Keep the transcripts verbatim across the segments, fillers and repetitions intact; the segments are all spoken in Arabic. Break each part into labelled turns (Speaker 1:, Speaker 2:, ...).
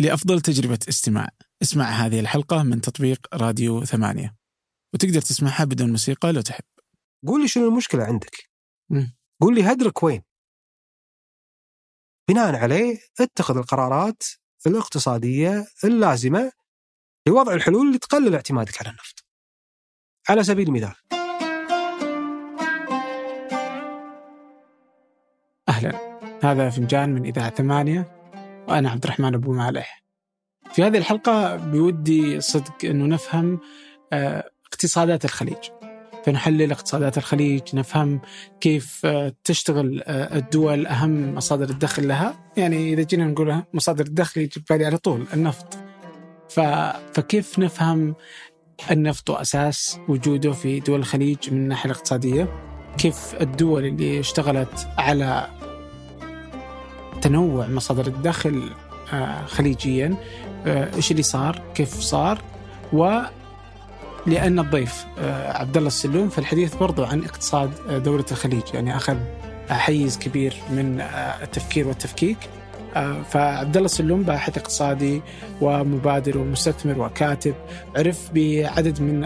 Speaker 1: لأفضل تجربة استماع اسمع هذه الحلقة من تطبيق راديو ثمانية، وتقدر تسمعها بدون موسيقى لو تحب.
Speaker 2: قول لي شنو المشكلة عندك.
Speaker 1: م.
Speaker 2: قول لي هدرك وين، بناء عليه اتخذ القرارات الاقتصادية اللازمة لوضع الحلول اللي تقلل اعتمادك على النفط. على سبيل المثال،
Speaker 1: أهلا، هذا فنجان من إذاعة ثمانية وأنا عبد الرحمن أبو مالح. في هذه الحلقة بودي صدق أنه نفهم اقتصادات الخليج، فنحلل اقتصادات الخليج، نفهم كيف تشتغل الدول، أهم مصادر الدخل لها. يعني إذا جينا نقولها مصادر الدخل يجب بالي على طول النفط. فكيف نفهم النفط وأساس وجوده في دول الخليج من الناحية الاقتصادية، كيف الدول اللي اشتغلت على تنوع مصادر الدخل خليجيا إيش اللي صار، كيف صار. ولأن الضيف عبد الله السلوم في الحديث برضو عن اقتصاد دولة الخليج، يعني أخذ حيز كبير من التفكير والتفكيك. فعبد الله السلوم باحث اقتصادي ومبادر ومستثمر وكاتب، عرف بعدد من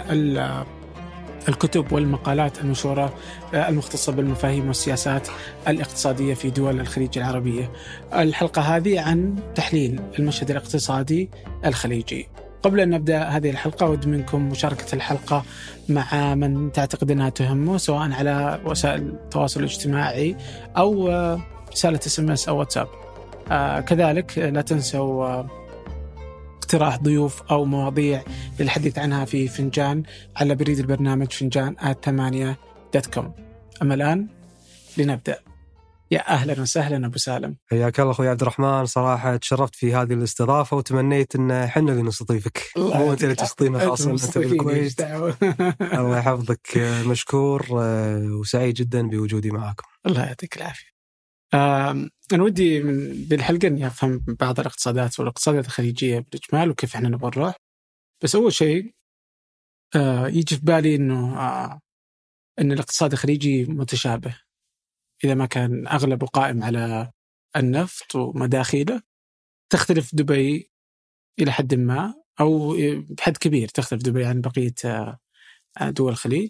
Speaker 1: الكتب والمقالات المنشورة المختصة بالمفاهيم والسياسات الاقتصادية في دول الخليج العربية. الحلقة هذه عن تحليل المشهد الاقتصادي الخليجي. قبل أن نبدأ هذه الحلقة أود منكم مشاركة الحلقة مع من تعتقد أنها تهمه، سواء على وسائل التواصل الاجتماعي أو رسالة اس ام اس أو واتساب. آه كذلك لا تنسوا آه اقتراح ضيوف أو مواضيع للحديث عنها في فنجان على بريد البرنامج فنجان آت ثمانية دوت كوم. أما الآن لنبدأ. يا أهلا وسهلا أبو سالم.
Speaker 2: حياك الله أخوي عبد الرحمن، صراحة تشرفت في هذه الاستضافة وتمنيت أن حنا اللي نستضيفك، مو أنت اللي تستضيفنا خاصة أنت في الكويت. الله يحفظك، مشكور وسعيد جدا بوجودي معكم.
Speaker 1: الله يعطيك العافية. أنا ودي من بالحلقة أني أفهم بعض الاقتصادات والاقتصادات الخليجية بالإجمال وكيف إحنا نبغى نروح. بس أول شيء يجي في بالي إنه أن الاقتصاد الخليجي متشابه، إذا ما كان أغلبه قائم على النفط ومداخيله. تختلف دبي إلى حد ما، أو بحد كبير تختلف دبي عن بقية دول الخليج،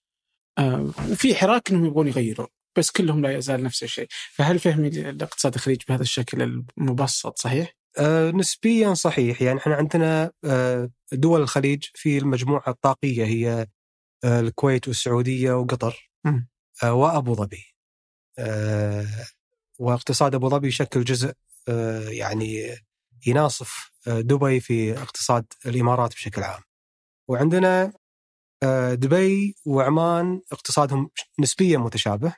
Speaker 1: وفي حراك أنهم يبغون يغيروا، بس كلهم لا يزال نفس الشيء. فهل فهمي الاقتصاد الخليج بهذا الشكل المبسط صحيح؟
Speaker 2: أه نسبيا صحيح. يعني احنا عندنا أه دول الخليج في المجموعة الطاقية هي أه الكويت والسعودية وقطر أه وأبو ظبي. أه واقتصاد أبو ظبي يشكل جزء أه يعني يناصف أه دبي في اقتصاد الإمارات بشكل عام. وعندنا أه دبي وعمان اقتصادهم نسبيا متشابه.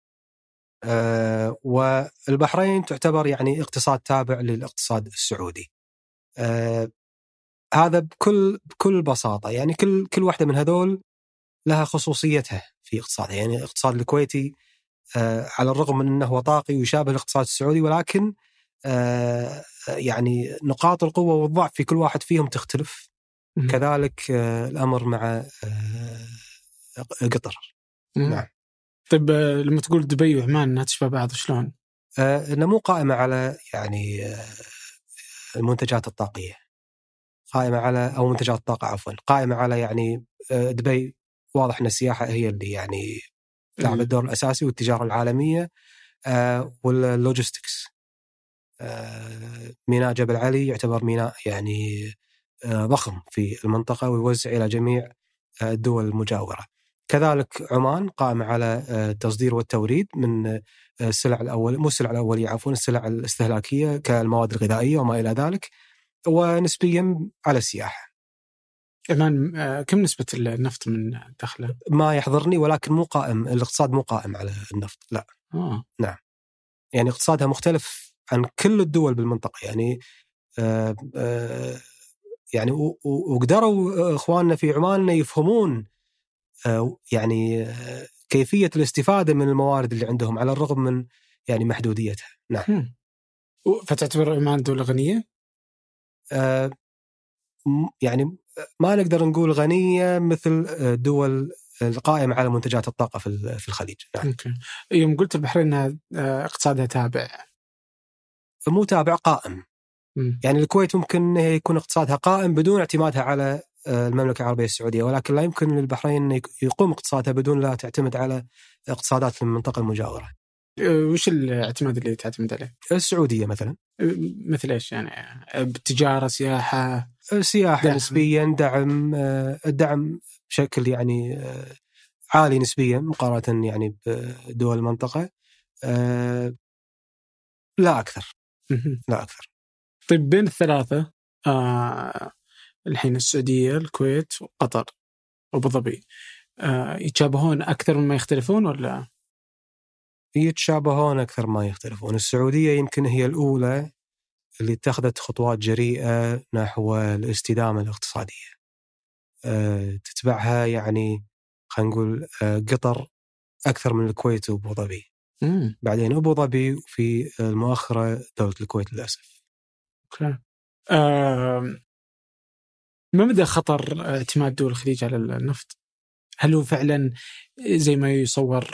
Speaker 2: أه والبحرين تعتبر يعني اقتصاد تابع للاقتصاد السعودي. أه هذا بكل بكل بساطة. يعني كل كل واحدة من هذول لها خصوصيتها في اقتصادها. يعني الاقتصاد الكويتي أه على الرغم من أنه طاقي ويشابه الاقتصاد السعودي، ولكن أه يعني نقاط القوة والضعف في كل واحد فيهم تختلف. م- كذلك أه الأمر مع أه قطر. نعم.
Speaker 1: طيب لما تقول دبي وعمان أنها تشبه بعض شلون؟
Speaker 2: أه إنه مو قائمة على يعني أه المنتجات الطاقية، قائمة على أو منتجات الطاقة عفوا قائمة على يعني أه دبي واضح أن السياحة هي اللي يعني تلعب الدور الأساسي، والتجارة العالمية أه واللوجستكس. أه ميناء جبل علي يعتبر ميناء يعني أه ضخم في المنطقة ويوزع إلى جميع أه الدول المجاورة. كذلك عمان قائمة على التصدير والتوريد من السلع الأول مو السلع الأولية عفوا السلع الاستهلاكية كالمواد الغذائية وما إلى ذلك، ونسبيا على السياحة.
Speaker 1: عمان كم نسبة النفط من دخله؟
Speaker 2: ما يحضرني، ولكن مو قائم الاقتصاد مو قائم على النفط، لا.
Speaker 1: آه.
Speaker 2: نعم. يعني اقتصادها مختلف عن كل الدول بالمنطقة. يعني آآ آآ يعني وقدروا إخواننا في عمان يفهمون يعني كيفية الاستفادة من الموارد اللي عندهم على الرغم من يعني محدوديتها. نعم.
Speaker 1: فتعتبر عمان دولة غنية؟
Speaker 2: آه يعني ما نقدر نقول غنية مثل دول القائمة على منتجات الطاقة في الخليج. نعم.
Speaker 1: أوكي. يوم قلت البحرين اقتصادها تابع،
Speaker 2: مو تابع، قائم.
Speaker 1: مم.
Speaker 2: يعني الكويت ممكن يكون اقتصادها قائم بدون اعتمادها على المملكة العربية السعودية، ولكن لا يمكن للبحرين أن يقوم اقتصادها بدون لا تعتمد على اقتصادات المنطقة المجاورة.
Speaker 1: وش الاعتماد اللي تعتمد عليه؟
Speaker 2: السعودية مثلا.
Speaker 1: مثل إيش يعني؟ بالتجارة، سياحة؟
Speaker 2: سياحة
Speaker 1: دعم.
Speaker 2: نسبيا، دعم الدعم بشكل يعني عالي نسبيا مقارنة يعني بدول المنطقة، لا أكثر لا أكثر.
Speaker 1: طيب بين الثلاثة آه الحين السعودية، الكويت، وقطر، وأبو ظبي، آه يتشابهون أكثر مما يختلفون ولا؟
Speaker 2: يتشابهون أكثر ما يختلفون. السعودية يمكن هي الأولى اللي اتخذت خطوات جريئة نحو الاستدامة الاقتصادية. أه تتبعها يعني خلينا نقول أه قطر أكثر من الكويت وأبو ظبي، بعدين أبو ظبي، وفي المؤخرة دولة الكويت للأسف.
Speaker 1: أوكي. آه ما مدى خطر اعتماد دول الخليج على النفط؟ هل هو فعلا زي ما يصور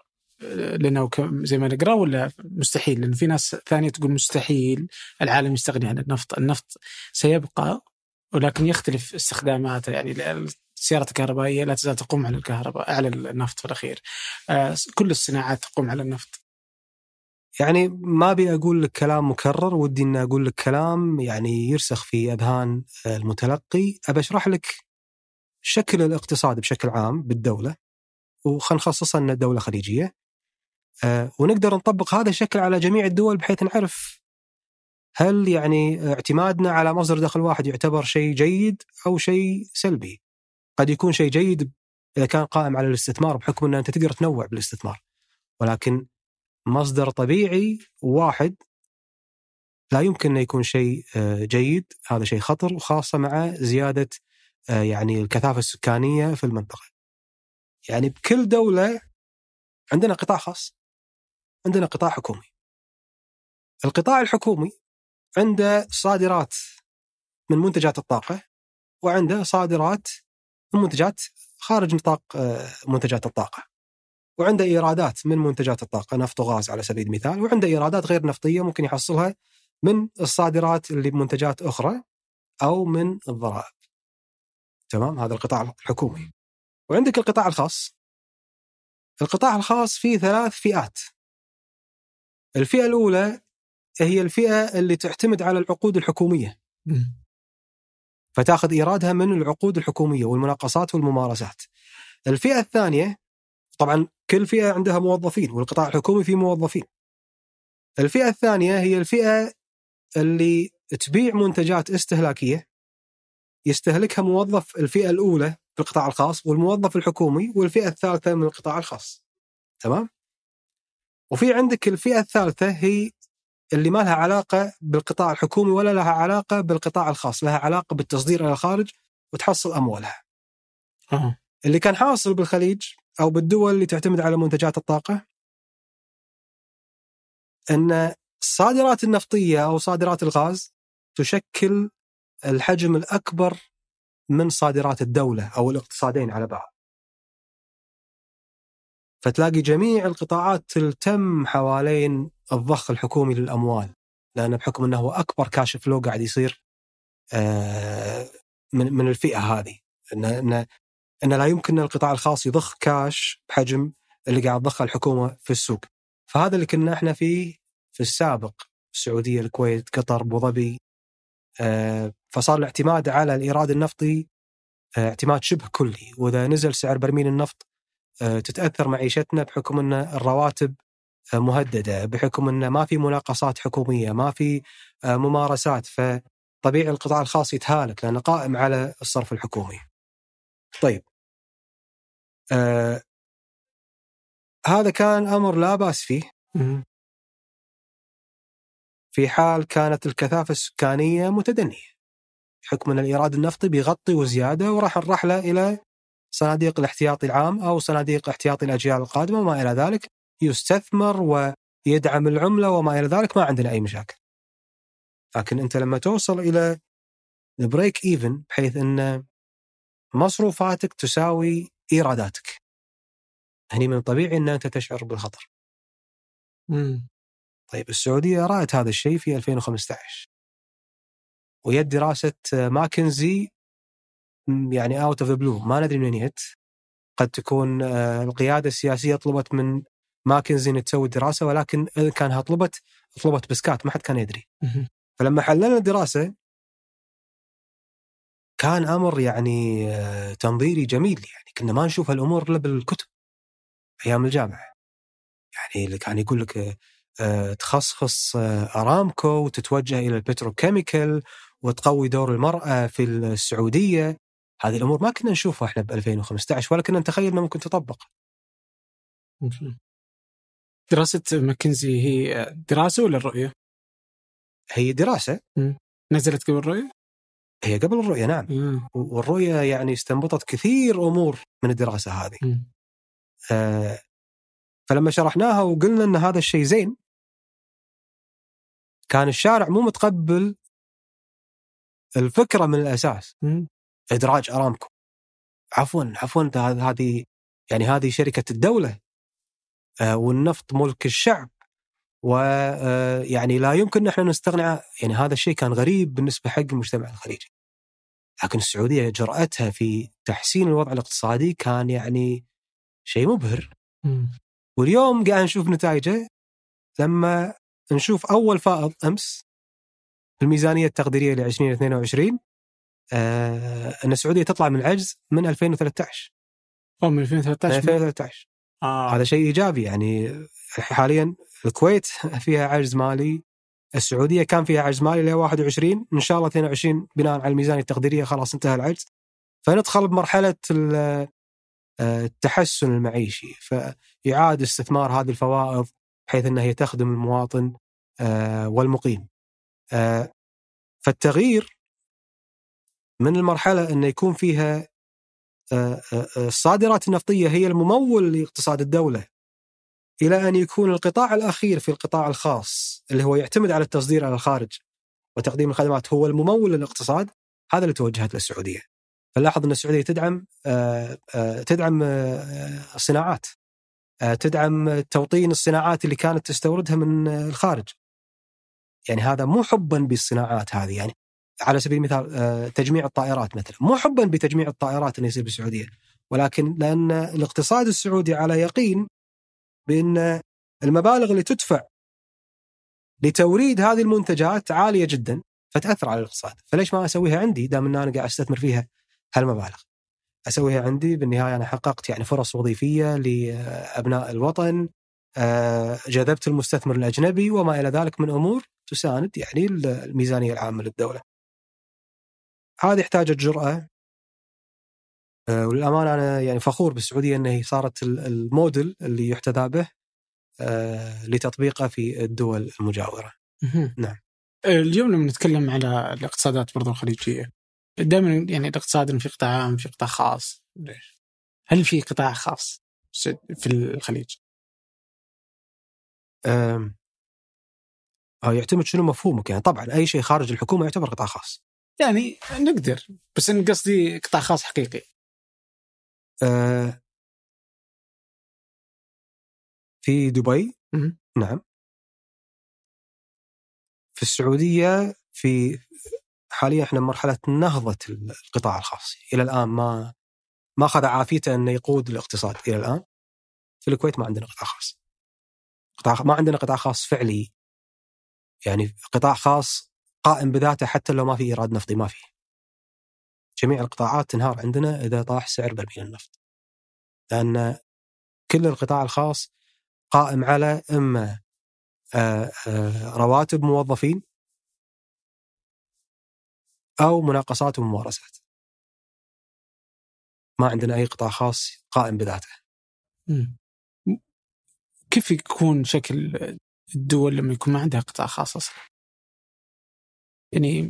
Speaker 1: لنا زي ما نقرأ، ولا مستحيل؟ لأن في ناس ثانية تقول مستحيل العالم يستغني عن النفط. النفط سيبقى ولكن يختلف استخداماته، يعني السيارة الكهربائية لا تزال تقوم على الكهرباء، على النفط في الأخير. كل الصناعات تقوم على النفط.
Speaker 2: يعني ما بي أقول لك كلام مكرر، ودي أن أقول لك كلام يعني يرسخ في أذهان المتلقي. أبى أشرح لك شكل الاقتصاد بشكل عام بالدولة، وخلنا نخصصها أن الدولة خليجية، أه ونقدر نطبق هذا الشكل على جميع الدول بحيث نعرف هل يعني اعتمادنا على مصدر دخل واحد يعتبر شيء جيد أو شيء سلبي. قد يكون شيء جيد إذا كان قائم على الاستثمار، بحكم أن أنت تقدر تنوع بالاستثمار، ولكن مصدر طبيعي واحد لا يمكن أن يكون شيء جيد. هذا شيء خطر، وخاصة مع زيادة يعني الكثافة السكانية في المنطقة. يعني بكل دولة عندنا قطاع خاص، عندنا قطاع حكومي. القطاع الحكومي عنده صادرات من منتجات الطاقة، وعنده صادرات من منتجات خارج نطاق منتجات الطاقة، وعنده إيرادات من منتجات الطاقة، نفط وغاز على سبيل المثال، وعنده إيرادات غير نفطية ممكن يحصلها من الصادرات اللي بمنتجات أخرى أو من الضرائب. تمام، هذا القطاع الحكومي. وعندك القطاع الخاص. القطاع الخاص فيه ثلاث فئات. الفئة الأولى هي الفئة اللي تعتمد على العقود الحكومية، فتأخذ إيرادها من العقود الحكومية والمناقصات والممارسات. الفئة الثانية، طبعا كل فئة عندها موظفين، والقطاع الحكومي فيه موظفين. الفئة الثانية هي الفئة اللي تبيع منتجات استهلاكية يستهلكها موظف الفئة الأولى في القطاع الخاص والموظف الحكومي، والفئة الثالثة من القطاع الخاص. تمام. وفي عندك الفئة الثالثة هي اللي ما لها علاقة بالقطاع الحكومي ولا لها علاقة بالقطاع الخاص، لها علاقة بالتصدير إلى الخارج وتحصل أموالها.
Speaker 1: أه.
Speaker 2: اللي كان حاصل بالخليج أو بالدول اللي تعتمد على منتجات الطاقة، أن الصادرات النفطية أو صادرات الغاز تشكل الحجم الأكبر من صادرات الدولة أو الاقتصادين على بعض. فتلاقي جميع القطاعات تلتم حوالين الضخ الحكومي للأموال، لأنه بحكم أنه هو أكبر كاش فلو قاعد يصير من من الفئة هذه، إن إن إن لا يمكن القطاع الخاص يضخ كاش بحجم اللي قاعد تضخه الحكومة في السوق. فهذا اللي كنا إحنا فيه في السابق، السعودية، الكويت، قطر، أبو ظبي. فصار الاعتماد على الإيراد النفطي اعتماد شبه كلي، وإذا نزل سعر برميل النفط تتأثر معيشتنا، بحكم أن الرواتب مهددة، بحكم أن ما في مناقصات حكومية، ما في ممارسات، فطبيعي القطاع الخاص يتهالك لأنه قائم على الصرف الحكومي. طيب، آه هذا كان أمر لا بأس فيه في حال كانت الكثافة السكانية متدنية، بحكم أن الإيراد النفطي بيغطي وزيادة، وراح الرحلة إلى صناديق الاحتياطي العام أو صناديق احتياطي الأجيال القادمة وما إلى ذلك، يستثمر ويدعم العملة وما إلى ذلك، ما عندنا أي مشاكل. لكن أنت لما توصل إلى البريك إيفن، بحيث أن مصروفاتك تساوي إيراداتك، هني من الطبيعي أن أنت تشعر بالخطر.
Speaker 1: مم.
Speaker 2: طيب، السعودية رأت هذا الشيء في ألفين وخمسة عشر، ويد دراسة ماكنزي يعني out of the blue، ما ندري منين يد. قد تكون القيادة السياسية طلبت من ماكنزي أن تسوي دراسة، ولكن إذا كانها طلبت طلبت بسكات ما حد كان يدري. فلما حللنا الدراسة كان أمر يعني تنظيري جميل، يعني كنا ما نشوف هالأمور إلا بالكتب أيام الجامعة. يعني اللي كان يقول لك تخصص أرامكو وتتوجه إلى البتروكيميكال وتقوي دور المرأة في السعودية، هذه الأمور ما كنا نشوفها إحنا ب ألفين وخمسة عشر ولا كنا نتخيل أنها ممكن تطبق.
Speaker 1: دراسة ماكنزي هي دراسة ولا الرؤية؟
Speaker 2: هي دراسة.
Speaker 1: م. نزلت قبل الرؤية؟
Speaker 2: هي قبل الرؤية نعم. م. والرؤية يعني استنبطت كثير أمور من الدراسة هذه. آه فلما شرحناها وقلنا أن هذا الشيء زين، كان الشارع مو متقبل الفكرة من الأساس. م. إدراج أرامكو، عفوا عفوا هذه يعني هذه شركة الدولة آه والنفط ملك الشعب، ويعني لا يمكن نحن نستغنى. يعني هذا الشيء كان غريب بالنسبة حق المجتمع الخليجي، لكن السعودية جرأتها في تحسين الوضع الاقتصادي كان يعني شيء مبهر. م. واليوم قاعد نشوف نتائجه لما نشوف أول فائض أمس في الميزانية التقديرية ل عشرين اثنين وعشرين، آه أن السعودية تطلع من العجز من ألفين وثلاثة عشر.
Speaker 1: أو من ألفين وثلاثة عشر.
Speaker 2: ألفين وثلاثة عشر.
Speaker 1: آه.
Speaker 2: هذا شيء إيجابي. يعني حاليا الكويت فيها عجز مالي، السعودية كان فيها عجز مالي ل واحد وعشرين، إن شاء الله اثنين وعشرين بناء على الميزانية التقديرية خلاص انتهى العجز، فندخل بمرحلة التحسن المعيشي، فإعادة استثمار هذه الفوائض بحيث أنها هي تخدم المواطن والمقيم. فالتغيير من المرحلة أن يكون فيها الصادرات النفطية هي الممول لاقتصاد الدولة، إلى أن يكون القطاع الأخير في القطاع الخاص اللي هو يعتمد على التصدير على الخارج وتقديم الخدمات هو الممول للاقتصاد، هذا اللي توجهت للسعودية. فلاحظ أن السعودية تدعم تدعم الصناعات، تدعم توطين الصناعات اللي كانت تستوردها من الخارج. يعني هذا مو حبا بالصناعات هذه، يعني على سبيل المثال تجميع الطائرات مثلا، مو حبا بتجميع الطائرات اللي يصير بالسعودية، ولكن لأن الاقتصاد السعودي على يقين بأن المبالغ اللي تدفع لتوريد هذه المنتجات عالية جدا فتأثر على الاقتصاد. فليش ما أسويها عندي دام أن أنا قاعد أستثمر فيها هالمبالغ؟ أسويها عندي، بالنهاية أنا حققت يعني فرص وظيفية لأبناء الوطن، جذبت المستثمر الأجنبي وما إلى ذلك من أمور تساند يعني الميزانية العامة للدولة. هذه احتاجت جرأة، وللأمانة أنا يعني فخور بالسعودية أنها صارت الموديل اللي يحتذى به لتطبيقه في الدول المجاورة. نعم.
Speaker 1: اليوم لما نتكلم على الاقتصادات برضو الخليجية، دائما يعني الاقتصاد في قطاع عام في قطاع خاص، ليش؟ هل في قطاع خاص في الخليج؟
Speaker 2: أم أو يعتمد شنو مفهومك. يعني طبعا أي شيء خارج الحكومة يعتبر قطاع خاص،
Speaker 1: يعني نقدر، بس أنا قصدي قطاع خاص حقيقي.
Speaker 2: أه في دبي
Speaker 1: م-
Speaker 2: نعم. في السعودية في حاليا احنا مرحلة نهضة القطاع الخاص، إلى الآن ما ما أخذ عافيته أنه يقود الاقتصاد إلى الآن. في الكويت ما عندنا قطاع خاص، قطاع ما عندنا قطاع خاص فعلي، يعني قطاع خاص قائم بذاته حتى لو ما في إيراد نفطي ما فيه. جميع القطاعات تنهار عندنا إذا طاح سعر برميل النفط، لأن كل القطاع الخاص قائم على إما آآ آآ رواتب موظفين أو مناقصات وممارسات. ما عندنا أي قطاع خاص قائم بذاته.
Speaker 1: م. كيف يكون شكل الدول لما يكون ما عندها قطاع خاص أصلا؟ يعني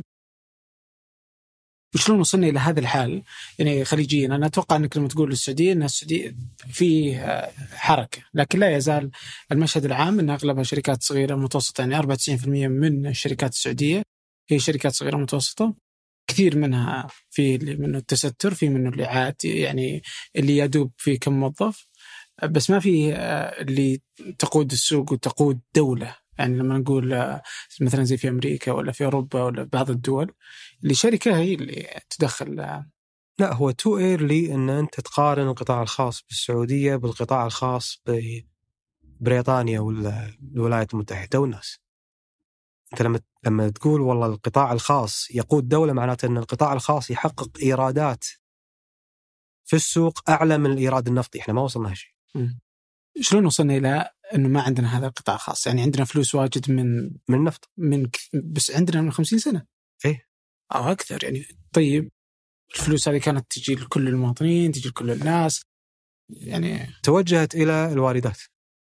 Speaker 1: وشلون وصلنا إلى هذا الحال؟ يعني خليجيا أنا أتوقع أنك لما تقول السعودية أن السعودية فيه حركة، لكن لا يزال المشهد العام أن أغلبها شركات صغيرة متوسطة. يعني أربعة وتسعين بالمئة من الشركات السعودية هي شركات صغيرة متوسطة، كثير منها في اللي منه التستر، في منه اللي عاد يعني اللي يدوب في كم موظف، بس ما في اللي تقود السوق وتقود دولة يعني لما نقول مثلا زي في أمريكا ولا في أوروبا ولا بعض الدول اللي شركة هي اللي تدخل.
Speaker 2: لا، هو تو ايرلي ان انت تقارن القطاع الخاص بالسعوديه بالقطاع الخاص ببريطانيا ولا الولايات المتحده والناس. انت لما لما تقول والله القطاع الخاص يقود دوله، معناته ان القطاع الخاص يحقق ايرادات في السوق اعلى من الايراد النفطي. احنا ما وصلنا شيء.
Speaker 1: شلون وصلنا الى انه ما عندنا هذا القطاع الخاص؟ يعني عندنا فلوس واجد من
Speaker 2: من النفط،
Speaker 1: من بس عندنا من خمسين سنه
Speaker 2: ايه
Speaker 1: او اكثر يعني. طيب الفلوس هذه كانت تجي لكل المواطنين، تجي لكل الناس، يعني
Speaker 2: توجهت الى الواردات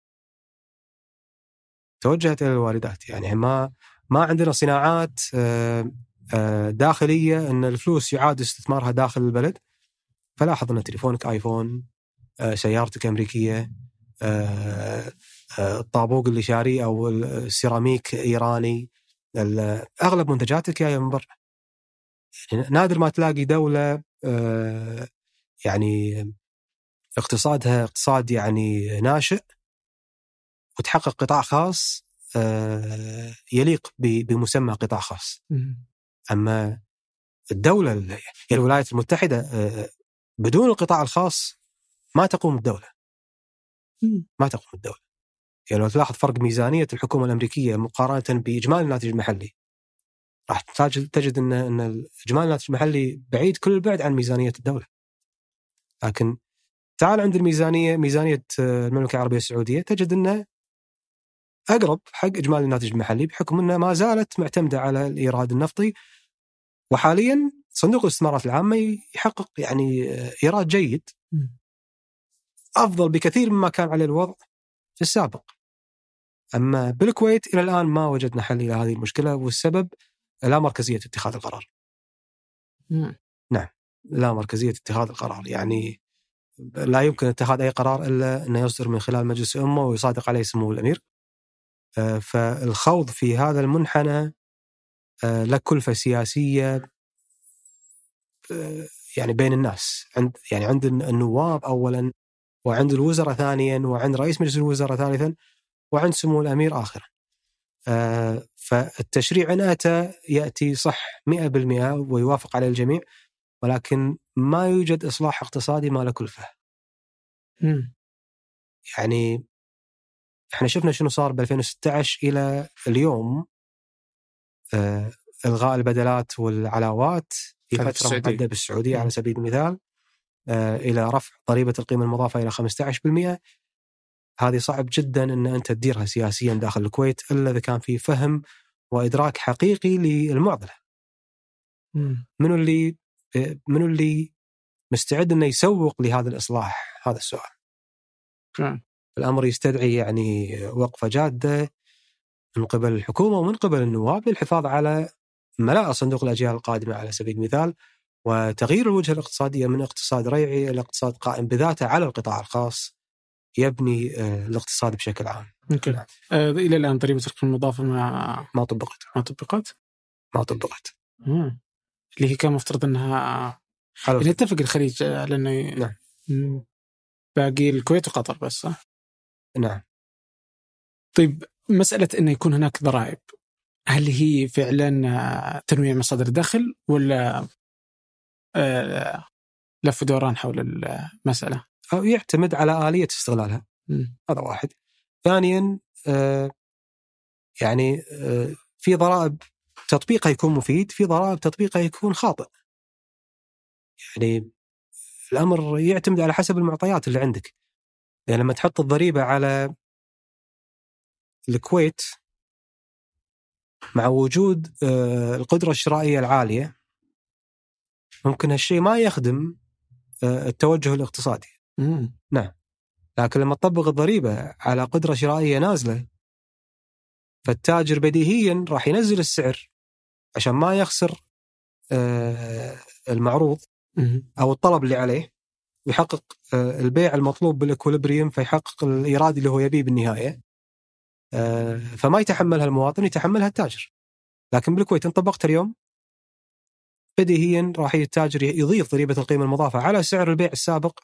Speaker 2: توجهت الى الواردات يعني ما ما عندنا صناعات داخليه ان الفلوس يعاد استثمارها داخل البلد. فلاحظ ان تليفونك ايفون، سيارتك امريكيه، الطابوق اللي شاريه او السيراميك ايراني، اغلب منتجاتك جايه من برا. يعني نادر ما تلاقي دوله يعني اقتصادها اقتصاد يعني ناشئ وتحقق قطاع خاص يليق بمسمى قطاع خاص. اما الدوله الولايات المتحده بدون القطاع الخاص ما تقوم الدوله ما تقوم الدوله يعني لو تلاحظ فرق ميزانيه الحكومه الامريكيه مقارنه باجمالي الناتج المحلي، راح تجد ان ان اجمالي الناتج المحلي بعيد كل البعد عن ميزانيه الدوله. لكن تعال عند الميزانيه ميزانيه المملكه العربيه السعوديه، تجد انه اقرب حق اجمالي الناتج المحلي بحكم انها ما زالت معتمده على الايراد النفطي. وحاليا صندوق الاستثمارات العامه يحقق يعني ايراد جيد افضل بكثير مما كان عليه الوضع في السابق. اما بالكويت الى الان ما وجدنا حل الى هذه المشكله، والسبب لا مركزيه اتخاذ القرار.
Speaker 1: مم.
Speaker 2: نعم، لا مركزيه اتخاذ القرار. يعني لا يمكن اتخاذ اي قرار الا انه يصدر من خلال مجلس الامه ويصادق عليه سمو الامير. فالخوض في هذا المنحنى له كلفة سياسية يعني بين الناس، عند يعني عند النواب أولا، وعند الوزراء ثانيا، وعند رئيس مجلس الوزراء ثالثا، وعند سمو الأمير آخرا. فالتشريع إن أتى يأتي صح مئة بالمئة ويوافق عليه الجميع، ولكن ما يوجد إصلاح اقتصادي ما له كلفة. يعني احنا شفنا شنو صار ب ألفين وستة عشر إلى اليوم. آه إلغاء البدلات والعلاوات في فترة محددة بالسعودية م. على سبيل المثال، آه إلى رفع ضريبة القيمة المضافة إلى خمسة عشر بالمئة. هذه صعب جدا أن أنت تديرها سياسيا داخل الكويت إلا إذا كان في فهم وإدراك حقيقي للمعضلة. منو اللي منو اللي مستعد أنه يسوق لهذا الإصلاح؟ هذا السؤال.
Speaker 1: م.
Speaker 2: الأمر يستدعي يعني وقفة جادة من قبل الحكومة ومن قبل النواب للحفاظ على ملاء صندوق الأجيال القادمة على سبيل المثال، وتغيير الوجهة الاقتصادية من اقتصاد ريعي إلى اقتصاد قائم بذاته على القطاع الخاص يبني الاقتصاد بشكل عام.
Speaker 1: ممكن. نعم. آه إلى الآن ضريبة القيمة المضافة ما
Speaker 2: ما طبقت
Speaker 1: ما طبقت
Speaker 2: ما طبقت
Speaker 1: مم. اللي هي كان مفترض أنها نتفق الخليج على أنه
Speaker 2: نعم.
Speaker 1: باقي الكويت وقطر بس صح؟
Speaker 2: نعم.
Speaker 1: طيب مسألة أنه يكون هناك ضرائب، هل هي فعلا تنويع مصادر الدخل ولا لف دوران حول المسألة؟
Speaker 2: أو يعتمد على آلية استغلالها.
Speaker 1: م.
Speaker 2: هذا واحد. ثانيا آه يعني آه في ضرائب تطبيقها يكون مفيد، في ضرائب تطبيقها يكون خاطئ. يعني الأمر يعتمد على حسب المعطيات اللي عندك. يعني لما تحط الضريبة على الكويت مع وجود القدرة الشرائية العالية، ممكن هالشيء ما يخدم التوجه الاقتصادي.
Speaker 1: مم.
Speaker 2: نعم. لكن لما تطبق الضريبة على قدرة شرائية نازلة، فالتاجر بديهيا راح ينزل السعر عشان ما يخسر المعروض أو الطلب اللي عليه، ويحقق البيع المطلوب بالإكوليبريم، فيحقق الإيراد اللي هو يبيه بالنهاية. فما يتحملها المواطن، يتحملها التاجر. لكن بالكويت إن طبقت اليوم بديهيا راح التاجر يضيف ضريبة القيمة المضافة على سعر البيع السابق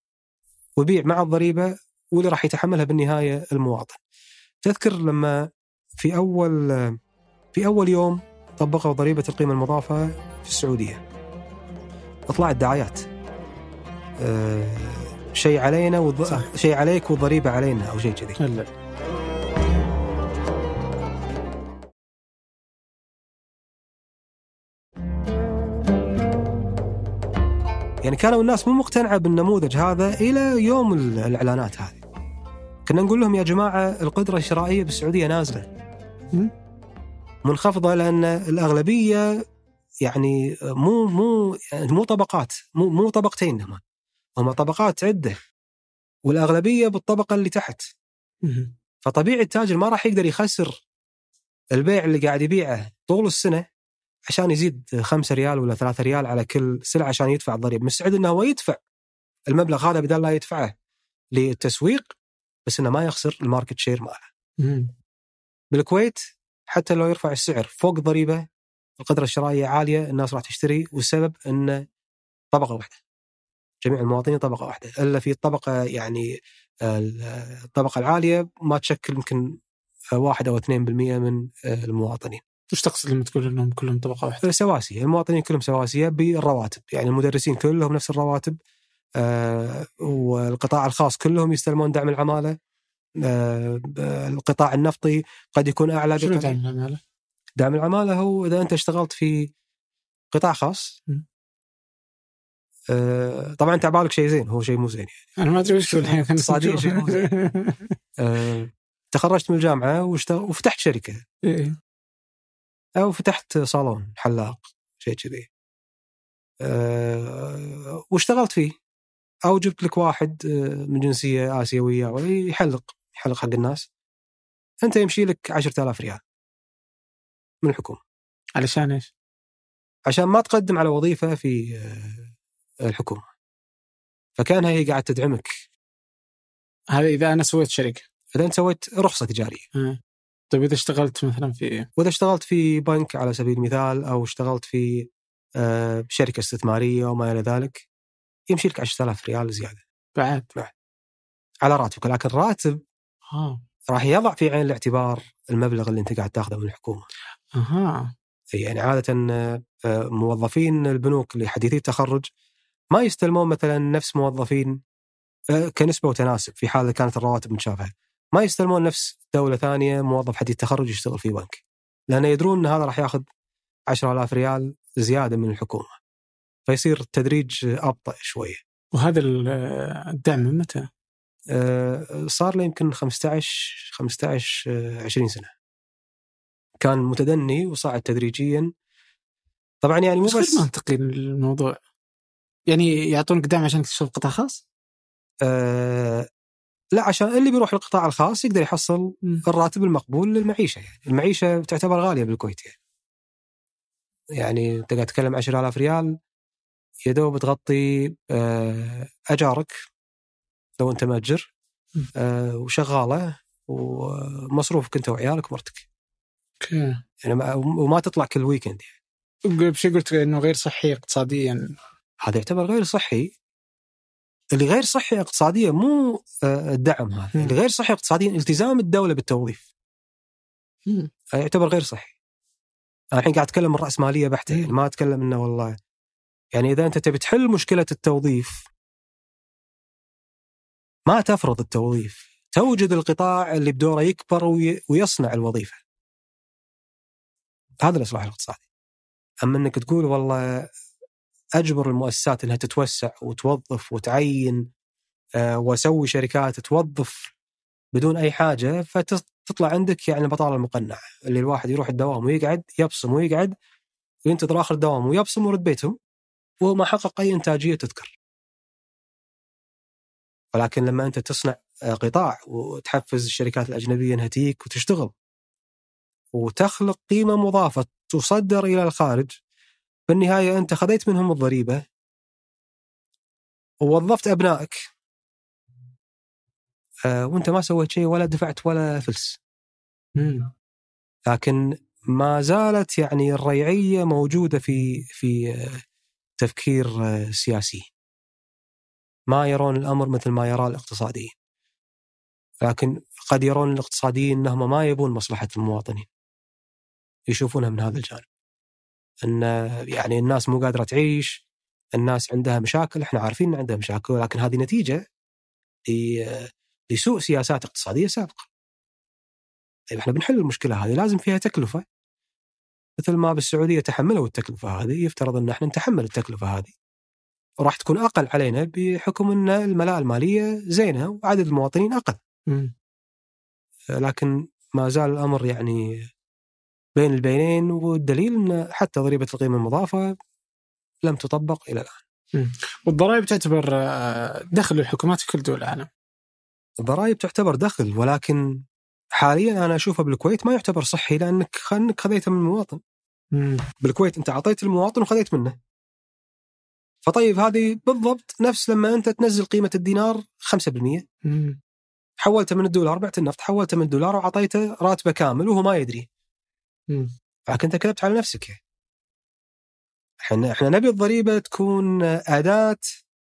Speaker 2: ويبيع مع الضريبة، واللي راح يتحملها بالنهاية المواطن. تذكر لما في أول في أول يوم طبقوا ضريبة القيمة المضافة في السعودية، اطلعت دعايات أه شيء علينا والض... شيء عليك والضريبة علينا أو شيء كذي. يعني كانوا الناس مو مقتنعة بالنموذج هذا إلى يوم الإعلانات هذه. كنا نقول لهم يا جماعة القدرة الشرائية بالسعودية نازلة منخفضة، لأن الأغلبية يعني مو مو يعني مو طبقات مو مو طبقتين، هم هم طبقات عدة، والأغلبية بالطبقة اللي تحت. فطبيعي التاجر ما راح يقدر يخسر البيع اللي قاعد يبيعه طول السنة عشان يزيد خمسة ريال ولا ثلاثة ريال على كل سلعة عشان يدفع الضريبة. مستعد إنه هو يدفع المبلغ هذا بدل لا يدفعه للتسويق، بس إنه ما يخسر الماركت شير ماله. بالكويت حتى لو يرفع السعر فوق ضريبة، القدرة الشرائية عالية، الناس راح تشتري، والسبب إن طبقة واحدة، جميع المواطنين طبقة واحدة، إلا في الطبقة يعني الطبقة العالية ما تشكل يمكن واحد أو اثنين بالمئة من المواطنين.
Speaker 1: وش تقصد لما تقول إنهم كلهم طبقة واحدة؟
Speaker 2: سواسية، المواطنين كلهم سواسية بالرواتب، يعني المدرسين كلهم نفس الرواتب، آه والقطاع الخاص كلهم يستلمون دعم العمالة، آه القطاع النفطي قد يكون أعلى.
Speaker 1: شنو دعم العمالة؟
Speaker 2: دعم العمالة هو إذا أنت اشتغلت في قطاع خاص، آه طبعا أنت عبالك شيء زين، هو شيء مو زين
Speaker 1: يعني. أنا ما أدري وش الحين
Speaker 2: اقتصاديا شيء مو زين. آه تخرجت من الجامعة وفتحت شركة أو فتحت صالون حلاق شيء كذي، أه واشتغلت فيه، أو جبت لك واحد من جنسية آسيوية ويحلق يحلق حق الناس، أنت يمشي لك عشرة آلاف ريال من الحكومة.
Speaker 1: علشان إيش؟
Speaker 2: عشان ما تقدم على وظيفة في الحكومة، فكانها هي قاعد تدعمك.
Speaker 1: هذا إذا أنا سويت شركة،
Speaker 2: إذا أنت سويت رخصة تجارية.
Speaker 1: م. طيب إذا اشتغلت مثلا في
Speaker 2: وإذا اشتغلت في بنك على سبيل المثال، أو اشتغلت في شركة استثمارية وما إلى ذلك، يمشي لك عشرة آلاف ريال زيادة
Speaker 1: بعد
Speaker 2: بعد على راتبك. لكن راتب
Speaker 1: آه.
Speaker 2: راح يضع في عين الاعتبار المبلغ اللي أنت قاعد تأخذه من الحكومة.
Speaker 1: أها.
Speaker 2: يعني عادة موظفين البنوك اللي حديثي التخرج ما يستلمون مثلا نفس موظفين كنسبة وتناسب، في حال كانت الرواتب متشابهة ما يستلمون نفس دولة ثانية موظف حديث التخرج يشتغل في بنك، لأنه يدرون أن هذا راح يأخذ عشرة آلاف ريال زيادة من الحكومة، فيصير التدريج أبطأ شوية.
Speaker 1: وهذا الدعم من متى؟
Speaker 2: أه صار لي يمكن خمسة عشر خمسة عشر عشرين سنة، كان متدني وصاعد تدريجيا. طبعا يعني مو بس
Speaker 1: منطقي الموضوع، يعني يعطونك دعم عشان تشتغل قطاع خاص؟
Speaker 2: أه لا، عشان اللي بيروح للقطاع الخاص يقدر يحصل م. الراتب المقبول للمعيشة. يعني المعيشة تعتبر غالية بالكويت، يعني يعني انت قاعد تتكلم عشرة آلاف ريال يدوب تغطي أه أجارك لو أنت مأجر، أه وشغالة ومصروفك أنت وعيالك ومرتك.
Speaker 1: اوكي.
Speaker 2: يعني وما تطلع كل ويكند. يعني
Speaker 1: بشي قلت إنه غير صحي اقتصاديا.
Speaker 2: هذا يعتبر غير صحي. اللي غير صحي اقتصاديا مو الدعم، هذا اللي غير صحي اقتصاديا التزام الدولة بالتوظيف.
Speaker 1: م.
Speaker 2: يعتبر غير صحي. أنا الحين قاعد أتكلم من رأسمالية بحتة، يعني ما أتكلم إنه والله يعني إذا أنت تبي تحل مشكلة التوظيف ما تفرض التوظيف، توجد القطاع اللي بدوره يكبر ويصنع الوظيفة. هذا الإصلاح الاقتصادي. أما أنك تقول والله أجبر المؤسسات أنها تتوسع وتوظف وتعين أه وسوي شركات توظف بدون أي حاجة، فتطلع عندك يعني البطالة المقنعة اللي الواحد يروح الدوام ويقعد يبصم ويقعد وينتظر آخر الدوام ويبصم ورد بيتهم وهو ما حقق أي إنتاجية تذكر. ولكن لما أنت تصنع قطاع وتحفز الشركات الأجنبية أنها تيك وتشتغل وتخلق قيمة مضافة تصدر إلى الخارج، بالنهاية أنت خذيت منهم الضريبة ووظفت أبنائك أه وأنت ما سويت شيء ولا دفعت ولا فلس.
Speaker 1: مم.
Speaker 2: لكن ما زالت يعني الريعية موجودة في في تفكير سياسي، ما يرون الأمر مثل ما يرى الاقتصادي. لكن قد يرون الاقتصاديين أنهم ما يبون مصلحة المواطنين، يشوفونها من هذا الجانب، أن يعني الناس مو قادرة تعيش، الناس عندها مشاكل، إحنا عارفين أن عندها مشاكل، لكن هذه نتيجة لسوء سياسات اقتصادية سابقة. طيب إحنا بنحل المشكلة هذه، لازم فيها تكلفة، مثل ما بالسعودية تحملوا التكلفة هذه، يفترض أن إحنا نتحمل التكلفة هذه، وراح تكون أقل علينا بحكم أن الملاءة المالية زينة وعدد المواطنين أقل. م. لكن ما زال الأمر يعني بين البينين، والدليل أن حتى ضريبة القيمة المضافة لم تطبق إلى الآن.
Speaker 1: م. والضرائب تعتبر دخل الحكومات في كل دول العالم.
Speaker 2: الضرائب تعتبر دخل، ولكن حاليا أنا أشوفها بالكويت ما يعتبر صحي، لأنك خلنك خذيتها من المواطن. م. بالكويت أنت عطيت المواطن وخذيت منه. فطيب هذه بالضبط نفس لما أنت تنزل قيمة الدينار خمسة بالمئة، م. حولته من الدولار، بعت النفط، حولته من الدولار وعطيته راتبه كامل وهو ما يدري. م. لكن أنت كذبت على نفسك. احنا احنا نبي الضريبة تكون أداة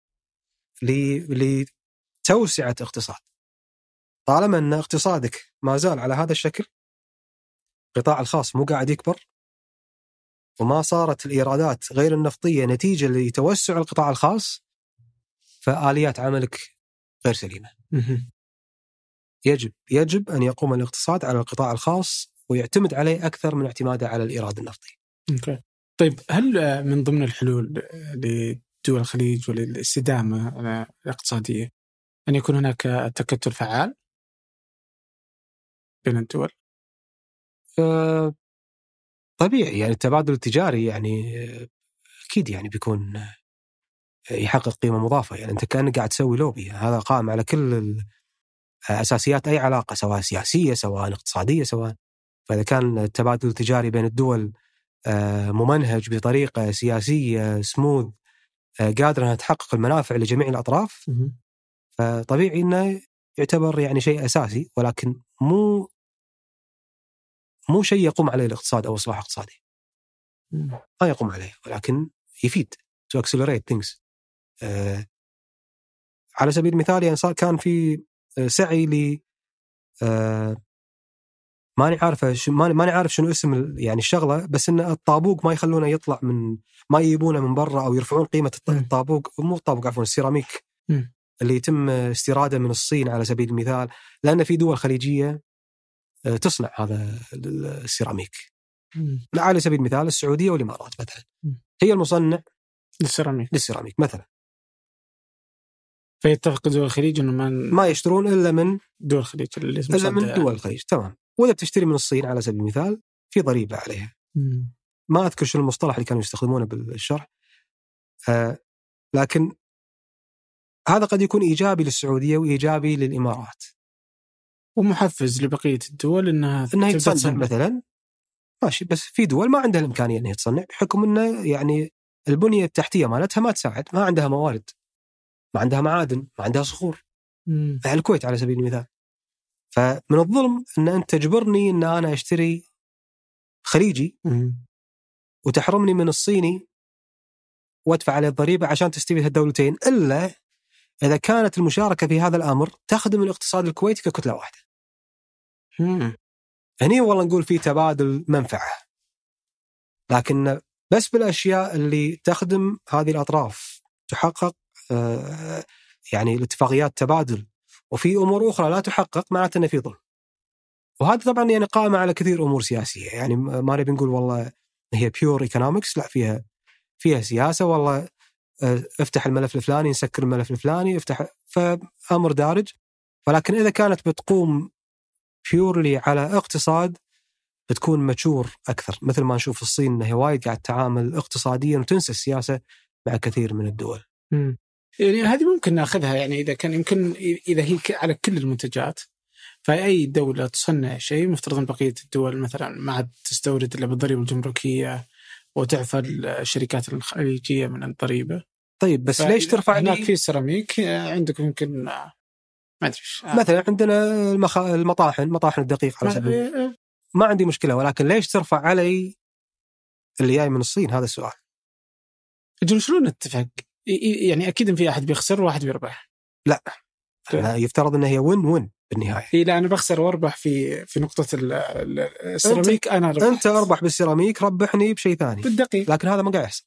Speaker 2: لتوسعة اقتصاد. طالما أن اقتصادك ما زال على هذا الشكل، القطاع الخاص مو قاعد يكبر، وما صارت الإيرادات غير النفطية نتيجة لتوسع القطاع الخاص، فآليات عملك غير سليمة. يجب يجب أن يقوم الاقتصاد على القطاع الخاص ويعتمد عليه أكثر من اعتماده على الإيراد النفطي.
Speaker 1: أوكي. طيب هل من ضمن الحلول لدول الخليج وللاستدامة الاقتصادية أن يكون هناك تكتل فعال بين الدول؟
Speaker 2: أه طبيعي، يعني التبادل التجاري يعني أكيد يعني بيكون يحقق قيمة مضافة. يعني أنت كأنك قاعد تسوي لوبي، هذا قائم على كل أساسيات أي علاقة، سواء سياسية سواء اقتصادية سواء. فإذا كان التبادل التجاري بين الدول ممنهج بطريقة سياسية سموث قادرة أنها تحقق المنافع لجميع الأطراف، فطبيعي أنه يعتبر يعني شيء أساسي، ولكن مو مو شيء يقوم عليه الاقتصاد أو إصلاح اقتصادي، ما يقوم عليه، ولكن يفيد to accelerate things. آه على سبيل المثال يعني صار كان في سعي ل آه ماني عارفه شو ماني ماني عارف شنو اسم يعني الشغله، بس ان الطابوق ما يخلونه يطلع من، ما يجيبونه من برا او يرفعون قيمه الطابوق، مو الطابوق عفوا السيراميك م. اللي يتم استيراده من الصين على سبيل المثال، لان في دول خليجيه تصنع هذا السيراميك. م. على سبيل المثال السعوديه والامارات مثلا م. هي المصنع
Speaker 1: للسيراميك
Speaker 2: للسيراميك مثلا،
Speaker 1: فيتفق دول الخليج انه ما
Speaker 2: ما يشترون الا من
Speaker 1: دول الخليج،
Speaker 2: الا من دول الخليج. تمام. واذا بتشتري من الصين على سبيل المثال في ضريبه عليها. م. ما اذكر شو المصطلح اللي كانوا يستخدمونه بالشرح، آه لكن هذا قد يكون ايجابي للسعوديه وايجابي للامارات،
Speaker 1: ومحفز لبقيه الدول انها
Speaker 2: انها تصنع مثلا. ماشي، بس في دول ما عندها الامكانيه انها تصنع بحكم انه يعني البنيه التحتيه مالتها ما تساعد، ما عندها موارد، ما عندها معادن، ما عندها صخور. في الكويت على سبيل المثال. فمن الظلم ان انت تجبرني ان انا اشتري خليجي مم. وتحرمني من الصيني وادفع عليه الضريبه عشان تستفيد هالدولتين، الا اذا كانت المشاركه في هذا الامر تخدم الاقتصاد الكويتي ككتله واحده. مم. هني والله نقول في تبادل منفعه، لكن بس بالاشياء اللي تخدم هذه الاطراف تحقق آه يعني الاتفاقيات تبادل، وفي امور اخرى لا تحقق معناته انه في ظلم. وهذا طبعا يعني قائمه على كثير امور سياسيه، يعني ما نبي نقول والله هي بيور ايكونومكس، لا، فيها فيها سياسه. والله افتح الملف الفلاني نسكر الملف الفلاني، افتح، فامر دارج. ولكن اذا كانت بتقوم بيورلي على اقتصاد بتكون ماتشور اكثر، مثل ما نشوف الصين انها وايد قاعد تعامل اقتصاديا وتنسى السياسه مع كثير من الدول.
Speaker 1: م. يعني هذه ممكن ناخذها، يعني اذا كان يمكن، اذا هي على كل المنتجات، فأي دولة تصنع شيء مفترض أن بقية الدول مثلا ما عاد تستورد إلا بالضريبة الجمركية وتعفى الشركات الخليجية من الضريبة.
Speaker 2: طيب بس ليش ترفع
Speaker 1: هناك في السيراميك عندكم يمكن ما أدري
Speaker 2: مثلا عندنا المخ... المطاحن مطاحن الدقيق على سبيل ما عندي مشكلة، ولكن ليش ترفع علي اللي جاي من الصين؟ هذا السؤال.
Speaker 1: أجل شلون نتفق؟ يعني أكيد إن في أحد بيخسر وواحد بيربح.
Speaker 2: لا، يفترض أنه هي وين وين بالنهايه.
Speaker 1: إيه لا انا بخسر واربح في في نقطه السيراميك. انا ربح.
Speaker 2: انت اربح بالسيراميك، ربحني بشيء ثاني
Speaker 1: بالدقيق،
Speaker 2: لكن هذا ما قاعد يحصل.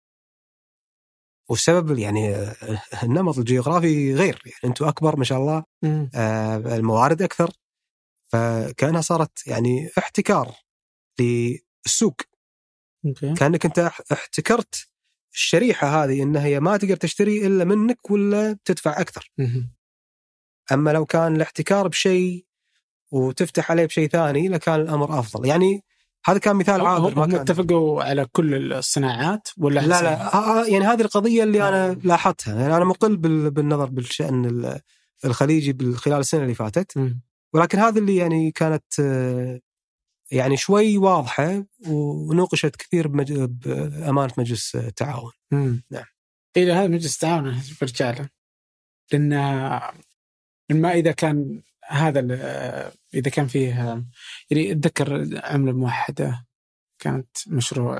Speaker 2: والسبب يعني النمط الجغرافي غير، يعني انتم اكبر ما شاء الله، آه الموارد اكثر، فكانها صارت يعني احتكار للسوق.
Speaker 1: أوكي.
Speaker 2: كانك انت احتكرت الشريحه هذه، انها هي ما تقدر تشتري الا منك ولا بتدفع اكثر.
Speaker 1: مم.
Speaker 2: اما لو كان الاحتكار بشيء وتفتح عليه بشيء ثاني لكان الامر افضل. يعني هذا كان مثال عابر.
Speaker 1: هم اتفقوا على كل الصناعات ولا؟
Speaker 2: لا لا يعني هذه القضيه اللي انا لاحظتها. يعني انا مقل بالنظر بالشان الخليجي خلال السنه اللي فاتت،
Speaker 1: م. ولكن
Speaker 2: هذا اللي يعني كانت يعني شوي واضحه ونوقشت كثير بامانه مجلس التعاون.
Speaker 1: نعم. الى هذا مجلس التعاون برجع له، لان ما اذا كان هذا اذا كان فيه يعني اتذكر عمله موحده كانت مشروع،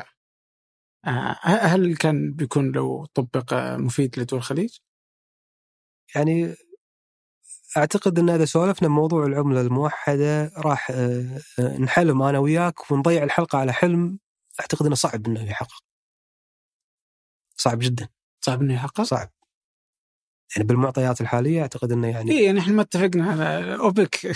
Speaker 1: هل كان بيكون لو طبق مفيد لدول الخليج؟
Speaker 2: يعني أعتقد أن إذا سولفنا بموضوع العملة الموحدة راح نحلم أنا وياك ونضيع الحلقة على حلم أعتقد أنه صعب أنه يحقق. صعب جدا.
Speaker 1: صعب أنه يحقق؟
Speaker 2: صعب. يعني بالمعطيات الحالية أعتقد أنه يعني
Speaker 1: إيه يعني إحنا ما اتفقنا على أوبك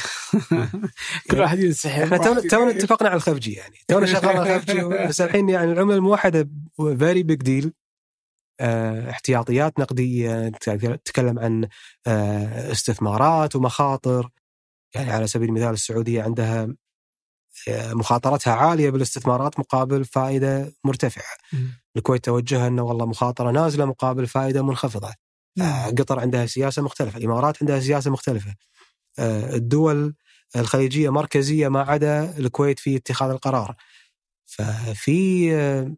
Speaker 1: كل واحد ينسحب.
Speaker 2: إحنا تونا اتفقنا على الخفجي، يعني تونا شغالنا الخفجي، بس الحين يعني العملة الموحدة very big deal. احتياطيات نقدية، تتكلم عن استثمارات ومخاطر. يعني على سبيل المثال السعودية عندها مخاطرتها عالية بالاستثمارات مقابل فائدة مرتفعة. الكويت توجهها أنه والله مخاطرة نازلة مقابل فائدة منخفضة. قطر عندها سياسة مختلفة، الإمارات عندها سياسة مختلفة. الدول الخليجية مركزية ما عدا الكويت في اتخاذ القرار. ففي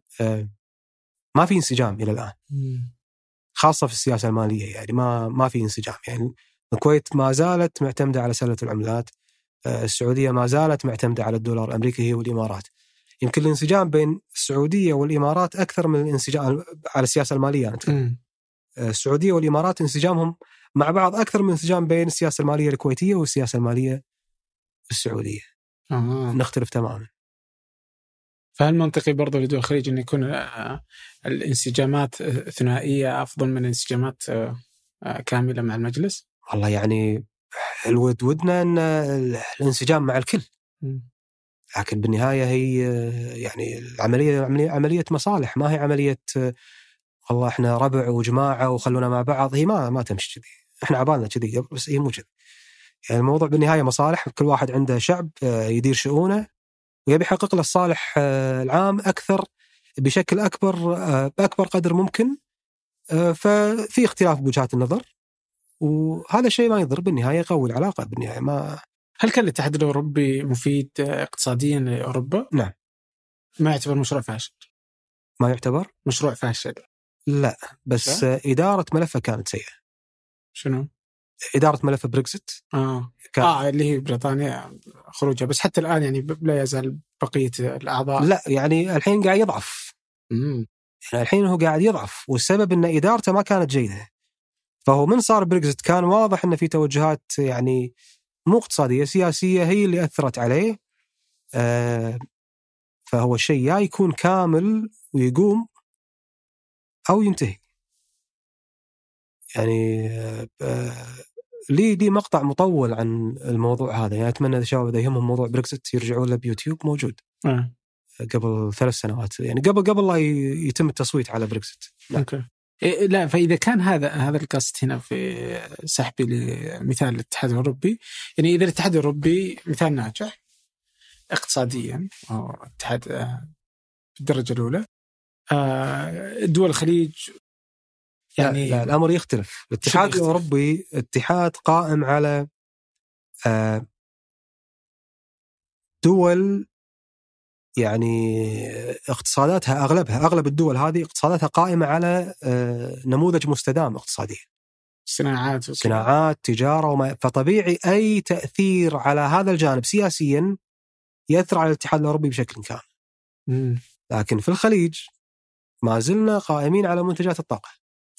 Speaker 2: ما في انسجام إلى الآن، خاصة في السياسة المالية. يعني ما ما في انسجام. يعني الكويت ما زالت معتمدة على سلة العملات، السعودية ما زالت معتمدة على الدولار الأمريكي هي والإمارات. يمكن الانسجام بين السعودية والإمارات أكثر من الانسجام على السياسة المالية. أنا السعودية والإمارات انسجامهم مع بعض أكثر من انسجام بين السياسة المالية الكويتية والسياسة المالية السعودية.
Speaker 1: آه.
Speaker 2: نختلف تماما.
Speaker 1: فهل منطقي برضو لدول الخليج أن يكون الانسجامات ثنائية أفضل من انسجامات كاملة مع المجلس؟
Speaker 2: والله يعني الود ودنا أن الانسجام مع الكل، لكن بالنهاية هي يعني العملية عملية مصالح، ما هي عملية والله إحنا ربع وجماعة وخلونا مع بعض. هي ما ما تمشي كذي. إحنا عبالنا كذي بس هي مو كذي. يعني الموضوع بالنهاية مصالح، كل واحد عنده شعب يدير شؤونه ويبي يحقق له الصالح العام أكثر بشكل أكبر بأكبر قدر ممكن. ففي اختلاف بوجهات النظر، وهذا الشيء ما يضر بالنهاية، يقوي العلاقة بالنهاية. ما
Speaker 1: هل كان الاتحاد الأوروبي مفيد اقتصاديا لأوروبا؟
Speaker 2: نعم.
Speaker 1: ما يعتبر مشروع فاشل؟
Speaker 2: ما يعتبر
Speaker 1: مشروع فاشل؟
Speaker 2: لا، بس لا؟ إدارة ملفه كانت سيئة.
Speaker 1: شنو؟
Speaker 2: إدارة ملف بريكزيت.
Speaker 1: آه. كان... آه اللي هي بريطانيا خروجها، بس حتى الآن يعني لا يزال بقية الأعضاء.
Speaker 2: لا يعني الحين قاعد يضعف.
Speaker 1: امم
Speaker 2: يعني الحين هو قاعد يضعف، والسبب إن إدارته ما كانت جيدة. فهو من صار بريكزيت كان واضح إن في توجهات يعني مو اقتصادية، سياسية هي اللي أثرت عليه. آه فهو الشيء يا يكون كامل ويقوم أو ينتهي. يعني آه لي لي مقطع مطول عن الموضوع هذا. يعني أتمنى إذا الشباب إذا يهمهم موضوع بريكزيت يرجعون له بيوتيوب، موجود
Speaker 1: آه.
Speaker 2: قبل ثلاث سنوات، يعني قبل قبل لا يتم التصويت على بريكزيت.
Speaker 1: أوكي. إيه لا، فإذا كان هذا هذا القصد هنا في سحبي لمثال الاتحاد الأوروبي، يعني إذا الاتحاد الأوروبي مثال ناجح اقتصاديا أو اتحاد في الدرجة الأولى، دول الخليج يعني
Speaker 2: لا, لا الأمر يختلف. الاتحاد الأوروبي اتحاد قائم على دول يعني اقتصاداتها أغلبها أغلب الدول هذه اقتصاداتها قائمة على نموذج مستدام اقتصاديا،
Speaker 1: صناعات
Speaker 2: صناعات تجارة وما. فطبيعي أي تأثير على هذا الجانب سياسيا يأثر على الاتحاد الأوروبي بشكل كامل.
Speaker 1: مم.
Speaker 2: لكن في الخليج ما زلنا قائمين على منتجات الطاقة.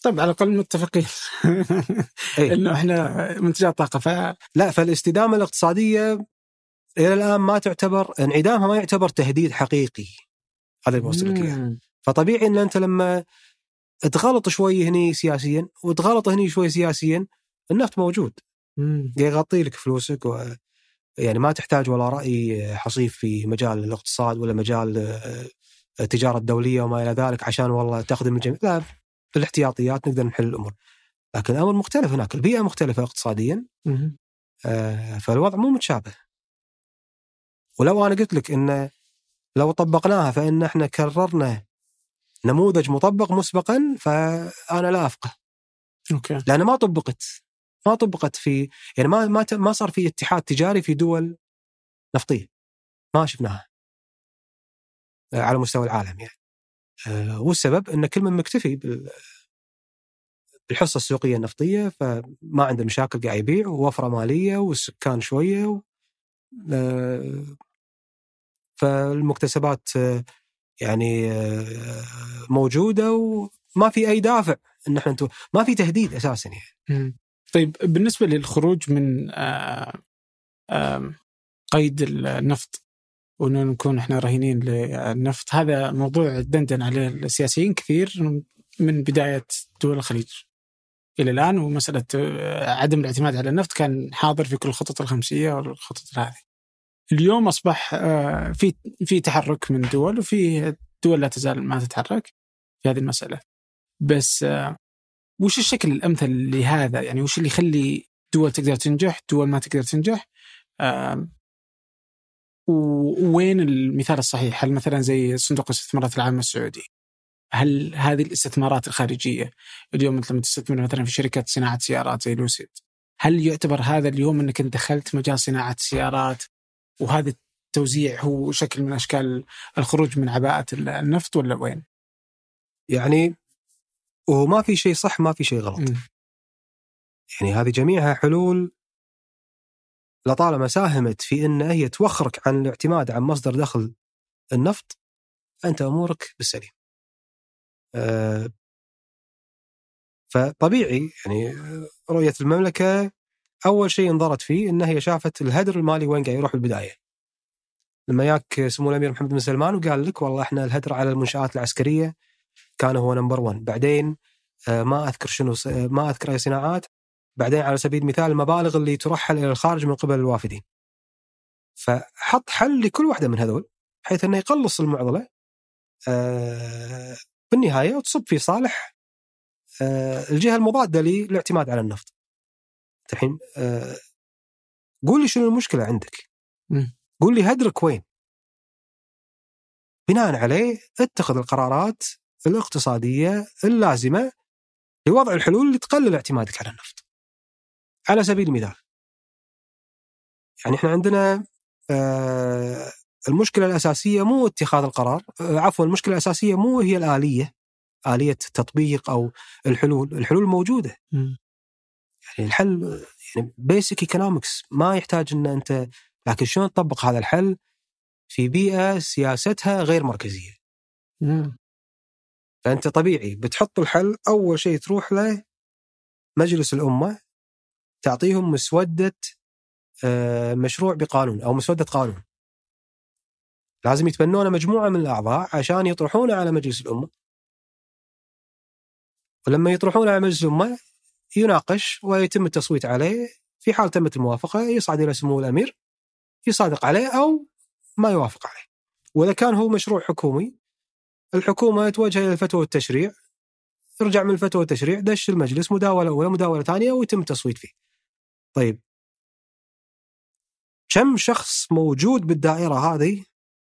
Speaker 1: طيب على الأقل متفقين إنه إحنا منتجات طاقة. ف...
Speaker 2: لا، فالاستدامة الاقتصادية إلى الآن ما تعتبر، انعدامها ما يعتبر تهديد حقيقي. هذا اللي بوصل لك إياه. فطبيعي إن أنت لما تغلط شوي هني سياسيا وتغلط هني شوي سياسيا، النفط موجود يغطي لك فلوسك، و يعني ما تحتاج ولا رأي حصيف في مجال الاقتصاد ولا مجال التجارة الدولية وما إلى ذلك عشان والله تخدم الجميع. لا، بالاحتياطيات نقدر نحل الأمور. لكن الأمر مختلف هناك، البيئة مختلفة اقتصاديا، آه فالوضع مو متشابه. ولو أنا قلت لك إن لو طبقناها فإن إحنا كررنا نموذج مطبق مسبقا، فأنا لا أفقه.
Speaker 1: أوكي.
Speaker 2: لأن ما طبقت ما طبقت في يعني ما ما ما صار في اتحاد تجاري في دول نفطية، ما شفناها على مستوى العالم يعني. آه والسبب إن كل من مكتفي بالحصة السوقية النفطية، فما عنده مشاكل، قاعد يبيع ووفرة مالية والسكان شوية و... آه فالمكتسبات آه يعني آه موجودة، وما في أي دافع إن إحنا نتو... ما في تهديد أساسا يعني.
Speaker 1: طيب بالنسبة للخروج من آه آه قيد النفط وإنه نكون إحنا رهينين للنفط، هذا موضوع دندن عليه السياسيين كثير من بداية دول الخليج إلى الآن، ومسألة عدم الاعتماد على النفط كان حاضر في كل الخطط الخمسية والخطط هذه. اليوم أصبح في في تحرك من دول، وفي دول لا تزال ما تتحرك في هذه المسألة. بس وش الشكل الأمثل لهذا؟ يعني وش اللي يخلي دول تقدر تنجح، دول ما تقدر تنجح؟ ووين المثال الصحيح؟ هل مثلا زي صندوق الاستثمارات العامة السعودي، هل هذه الاستثمارات الخارجية اليوم مثل ما تستثمر مثلا في شركة صناعة سيارات زي لوسيد، هل يعتبر هذا اليوم أنك دخلت مجال صناعة السيارات وهذا التوزيع هو شكل من أشكال الخروج من عباءة النفط، ولا وين؟
Speaker 2: يعني وما في شيء صح ما في شيء غلط. م. يعني هذه جميعها حلول لطالما ساهمت في أن هي توخرك عن الاعتماد عن مصدر دخل النفط، فأنت أمورك بالسليم. أه فطبيعي يعني رؤية المملكة أول شيء انظرت فيه إنها هي شافت الهدر المالي وين قاعد يروح بالبداية. لما ياك سمو الأمير محمد بن سلمان وقال لك والله إحنا الهدر على المنشآت العسكرية كان هو نمبر وان، بعدين ما أذكر شنو ما أذكر أي صناعات، بعدين على سبيل المثال المبالغ اللي ترحل إلى الخارج من قبل الوافدين. فحط حل لكل واحدة من هذول حيث أنه يقلص المعضلة آه بالنهاية وتصب في صالح آه الجهة المضادة للاعتماد على النفط. الحين آه قول لي شنو المشكلة عندك، م. قول لي هدرك وين، بناء عليه اتخذ القرارات الاقتصادية اللازمة لوضع الحلول اللي تقلل اعتمادك على النفط. على سبيل المثال يعني احنا عندنا آه المشكلة الأساسية مو اتخاذ القرار، آه عفوا المشكلة الأساسية مو هي الآلية، آلية التطبيق أو الحلول. الحلول موجودة. م. يعني الحل يعني basic economics ما يحتاج أن أنت، لكن شلون تطبق هذا الحل في بيئة سياستها غير مركزية. م. فأنت طبيعي بتحط الحل أول شيء تروح له مجلس الأمة، تعطيهم مسودة آه مشروع بقانون أو مسودة قانون، لازم يتبنونه مجموعة من الأعضاء عشان يطرحونه على مجلس الأمة، ولما يطرحونه على مجلس الأمة يناقش ويتم التصويت عليه. في حال تمت الموافقة يصعد إلى سمو الأمير يصادق عليه أو ما يوافق عليه. وإذا كان هو مشروع حكومي الحكومة توجه إلى الفتوى والتشريع، يرجع من الفتوى والتشريع دش المجلس مداولة أولى مداولة ثانية ويتم التصويت فيه. طيب كم شخص موجود بالدائرة هذه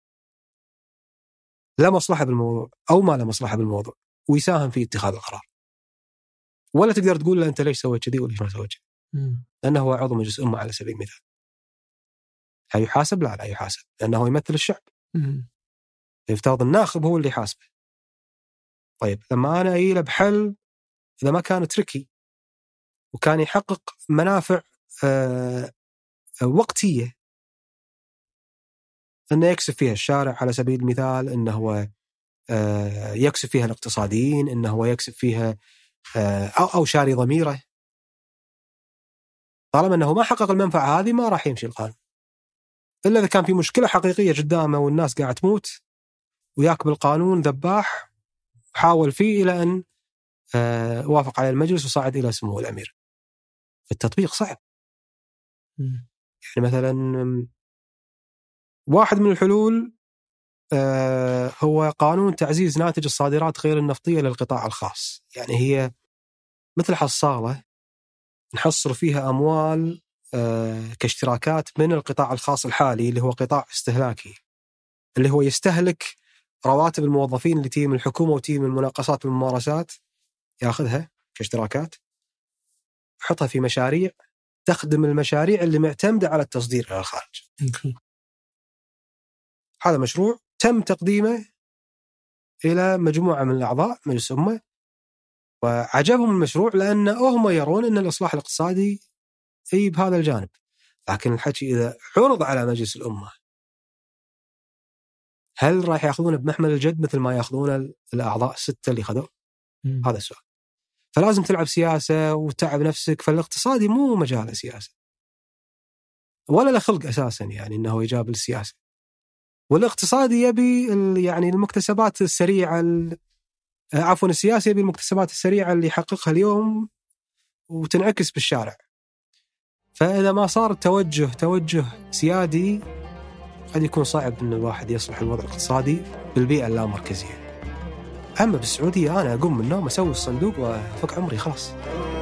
Speaker 2: لا مصلحة بالموضوع أو ما لا مصلحة بالموضوع ويساهم في اتخاذ القرار؟ ولا تقدر تقول له أنت ليش سويت كذي وليش ما سويت كذي، لأنه هو عضو مجلس أمة على سبيل المثال. هل يحاسب؟ لا لا يحاسب، لأنه يمثل الشعب. يفترض الناخب هو اللي يحاسبه. طيب لما أنا أيله بحل إذا ما كان تركي وكان يحقق منافع أه وقتية أنه يكسب فيها الشارع على سبيل المثال، أنه هو أه يكسب فيها الاقتصاديين، أنه هو يكسب فيها أو أو شاري ضميره، طالما أنه ما حقق المنفعة هذه ما راح يمشي القانون، إلا إذا كان في مشكلة حقيقية قدامه والناس قاعد تموت وياك بالقانون ذباح حاول فيه إلى أن وافق على المجلس وصعد إلى سمو الأمير. التطبيق صعب. يعني مثلا واحد من الحلول هو قانون تعزيز ناتج الصادرات غير النفطية للقطاع الخاص. يعني هي مثل حصالة نحصر فيها أموال كاشتراكات من القطاع الخاص الحالي اللي هو قطاع استهلاكي، اللي هو يستهلك رواتب الموظفين اللي تيجي من الحكومة وتيجي من المناقصات والممارسات، ياخذها كاشتراكات يحطها في مشاريع تخدم المشاريع اللي معتمدة على التصدير إلى الخارج. هذا مشروع تم تقديمه إلى مجموعة من الأعضاء مجلس الأمة وعجبهم المشروع لأن هم يرون أن الإصلاح الاقتصادي أي بهذا الجانب. لكن الحكي إذا عرض على مجلس الأمة هل راح يأخذونه بمحمل الجد مثل ما يأخذون الأعضاء الستة اللي خذوا؟ هذا السؤال. فلازم تلعب سياسة وتعب نفسك. فالاقتصادي مو مجال سياسة ولا له خلق أساسا يعني أنه يجاب السياسة. والاقتصادي يبي يعني المكتسبات السريعة، عفوا السياسي يبي المكتسبات السريعة اللي يحققها اليوم وتنعكس بالشارع. فإذا ما صار التوجه توجه سيادي قد يكون صعب أن الواحد يصلح الوضع الاقتصادي بالبيئة اللامركزية. أما بالسعودية أنا أقوم من النوم أسوي الصندوق وفك عمري خلاص.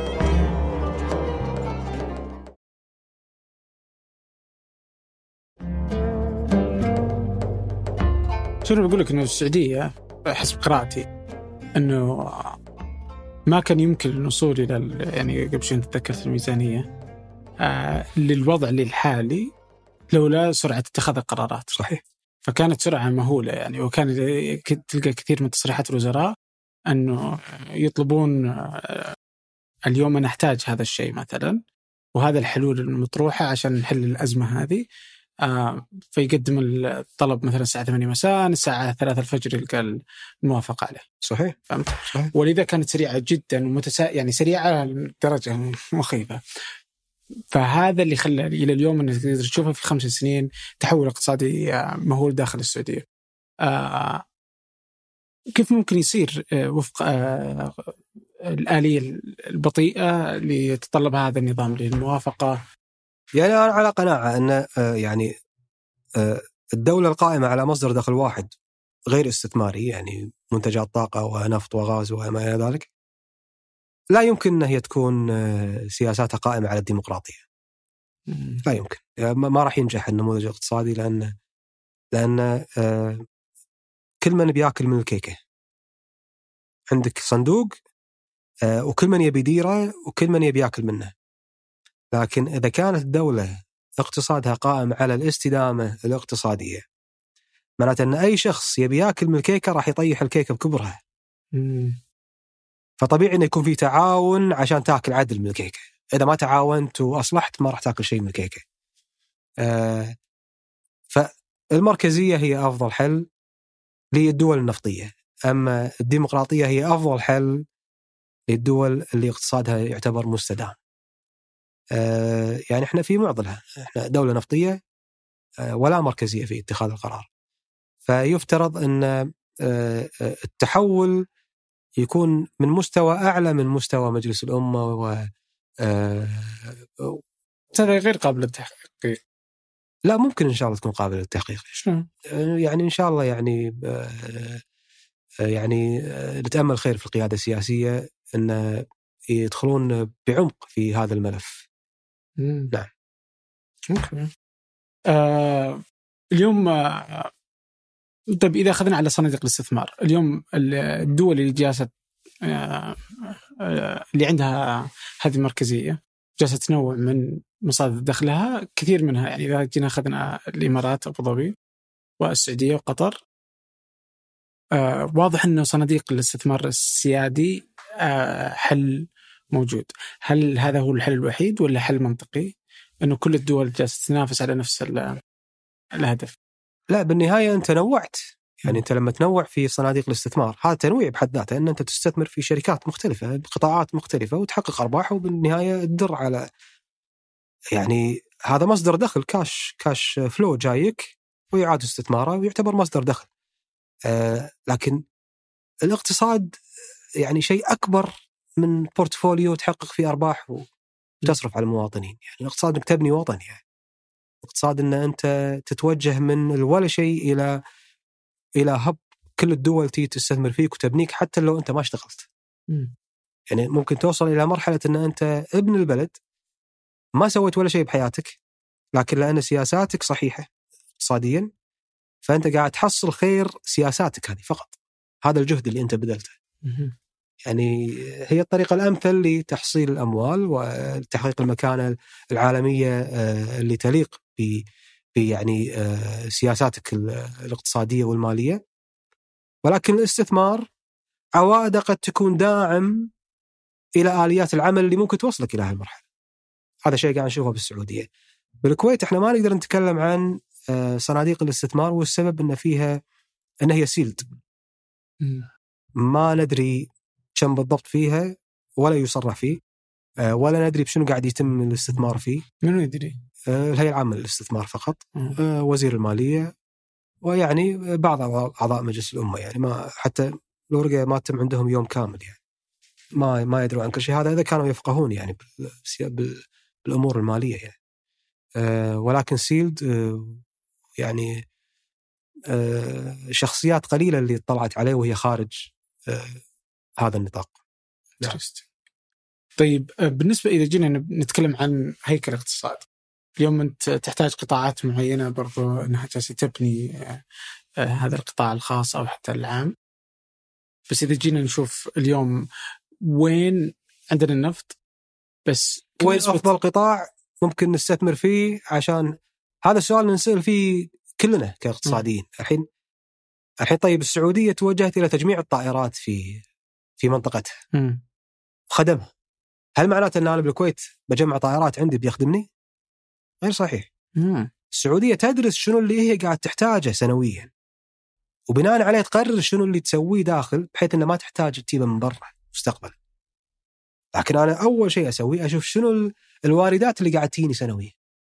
Speaker 1: شنو بقول لك إنه السعودية حسب قراءتي إنه ما كان يمكن الوصول إلى يعني قبل شوي تذكرت الميزانية آه للوضع الحالي لولا سرعة اتخاذ القرارات.
Speaker 2: صحيح.
Speaker 1: فكانت سرعة مهولة يعني. وكان تلقى كثير من تصريحات الوزراء أنه يطلبون اليوم نحتاج هذا الشيء مثلا وهذا الحلول المطروحة عشان نحل الأزمة هذه. آه فيقدم الطلب مثلا الساعة ثمانية مساء، الساعة ثلاثة الفجر يلقى الموافقة عليه.
Speaker 2: صحيح.
Speaker 1: فهمت؟
Speaker 2: صحيح.
Speaker 1: ولذا كانت سريعة جدا ومتسا يعني سريعة درجة مخيفة. فهذا اللي خلى إلى اليوم أنك تقدر تشوفه في خمس سنين تحول اقتصادي مهول داخل السعودية. آه كيف ممكن يصير وفق آه الآلية البطيئة اللي يتطلب هذا النظام للموافقة؟
Speaker 2: يعني أنا على قناعة أن يعني الدولة القائمة على مصدر دخل واحد غير استثماري يعني منتجات طاقة ونفط وغاز وما إلى ذلك لا يمكن أن هي تكون سياساتها قائمة على الديمقراطية. لا يمكن. ما راح ينجح النموذج الاقتصادي لأن لأن كل من بيأكل من الكيكة. عندك صندوق وكل من يبي يديره وكل من يبي يأكل منه. لكن إذا كانت الدولة اقتصادها قائم على الاستدامة الاقتصادية معناته أن أي شخص يبي يأكل من الكيكة راح يطيح الكيكة بكبرها. فطبيعي أن يكون في تعاون عشان تأكل عدل من الكيكة. إذا ما تعاونت وأصلحت ما راح تأكل شيء من الكيكة. آه فالمركزية هي أفضل حل للدول النفطية. أما الديمقراطية هي أفضل حل للدول اللي اقتصادها يعتبر مستدام. آه يعني إحنا في معضلة. إحنا دولة نفطية آه ولا مركزية في اتخاذ القرار. فيفترض أن آه التحول يكون من مستوى أعلى من مستوى مجلس الأمة و
Speaker 1: هذا غير قابل للتحقيق.
Speaker 2: لا ممكن إن شاء الله تكون قابلة للتحقيق. يعني إن شاء الله يعني يعني نتأمل خير في القيادة السياسية أن يدخلون بعمق في هذا الملف.
Speaker 1: مم.
Speaker 2: نعم.
Speaker 1: ممكن. آه اليوم آه طيب إذا أخذنا على صناديق الاستثمار اليوم الدول اللي جالسة آه آه اللي عندها هذه المركزية جالسة تنوع من مصادر دخلها كثير منها يعني إذا جينا أخذنا الإمارات أبو ظبي والسعودية وقطر آه واضح أنه صناديق الاستثمار السيادي آه حل موجود. هل هذا هو الحل الوحيد ولا حل منطقي أنه كل الدول جالسة تنافس على نفس الهدف؟
Speaker 2: لا بالنهاية أنت نوعت يعني أنت لما تنوع في صناديق الاستثمار هذا تنويع بحد ذاته، أن أنت تستثمر في شركات مختلفة بقطاعات مختلفة وتحقق أرباح وبالنهاية تدر على يعني هذا مصدر دخل كاش كاش فلو جايك ويعاد استثماره ويعتبر مصدر دخل. آه لكن الاقتصاد يعني شيء أكبر من بورتفوليو تحقق فيه أرباح وتصرف على المواطنين. يعني الاقتصاد انك تبني وطن، يعني الاقتصاد ان انت تتوجه من الولا شيء الى الى هب كل الدول تيجي تستثمر فيك وتبنيك حتى لو انت ما اشتغلت. م. يعني ممكن توصل الى مرحله ان انت ابن البلد ما سويت ولا شيء بحياتك، لكن لان سياساتك صحيحه اقتصاديا فانت قاعد تحصل خير سياساتك هذه فقط. هذا الجهد اللي انت بذلته. م. يعني هي الطريقة الأمثل لتحصيل الأموال وتحقيق المكانة العالمية اللي تليق ب يعني سياساتك الاقتصادية والمالية. ولكن الاستثمار عوائده قد تكون داعم إلى آليات العمل اللي ممكن توصلك إلى هذه المرحلة. هذا شيء قاعد نشوفه بالسعودية. بالكويت احنا ما نقدر نتكلم عن صناديق الاستثمار، والسبب أن فيها أن هي سيلد، ما ندري كم بالضبط فيها ولا يصرح فيه، ولا ندري بشنو قاعد يتم الاستثمار فيه.
Speaker 1: منو يدري؟
Speaker 2: الهيئة العامة للاستثمار فقط، وزير المالية، ويعني بعض أعضاء مجلس الأمة. يعني ما حتى الورقة ما تم عندهم يوم كامل، يعني ما ما يدرون عن كل شيء. هذا إذا كانوا يفقهون يعني بالأمور المالية يعني. ولكن سيلد يعني شخصيات قليلة اللي اطلعت عليه وهي خارج هذا النطاق.
Speaker 1: نعم. طيب بالنسبة إذا جينا نتكلم عن هيكل الاقتصاد، اليوم أنت تحتاج قطاعات معينة برضو أنها تبني هذا القطاع الخاص أو حتى العام. بس إذا جينا نشوف اليوم وين عندنا النفط، بس
Speaker 2: وين أفضل قطاع ممكن نستثمر فيه؟ عشان هذا السؤال نسأل فيه كلنا كاقتصاديين. الحين الحين طيب السعودية توجهت إلى تجميع الطائرات في في منطقتها وخدمها. هل معناته أن أنا بالكويت بجمع طائرات عندي بيخدمني؟ غير صحيح. مم. السعودية تدرس شنو اللي هي قاعد تحتاجه سنويا، وبناء عليه تقرر شنو اللي تسويه داخل بحيث أنه ما تحتاج تجيبه من برا مستقبلا. لكن أنا أول شيء أسويه أشوف شنو الواردات اللي قاعد تجيني سنويا.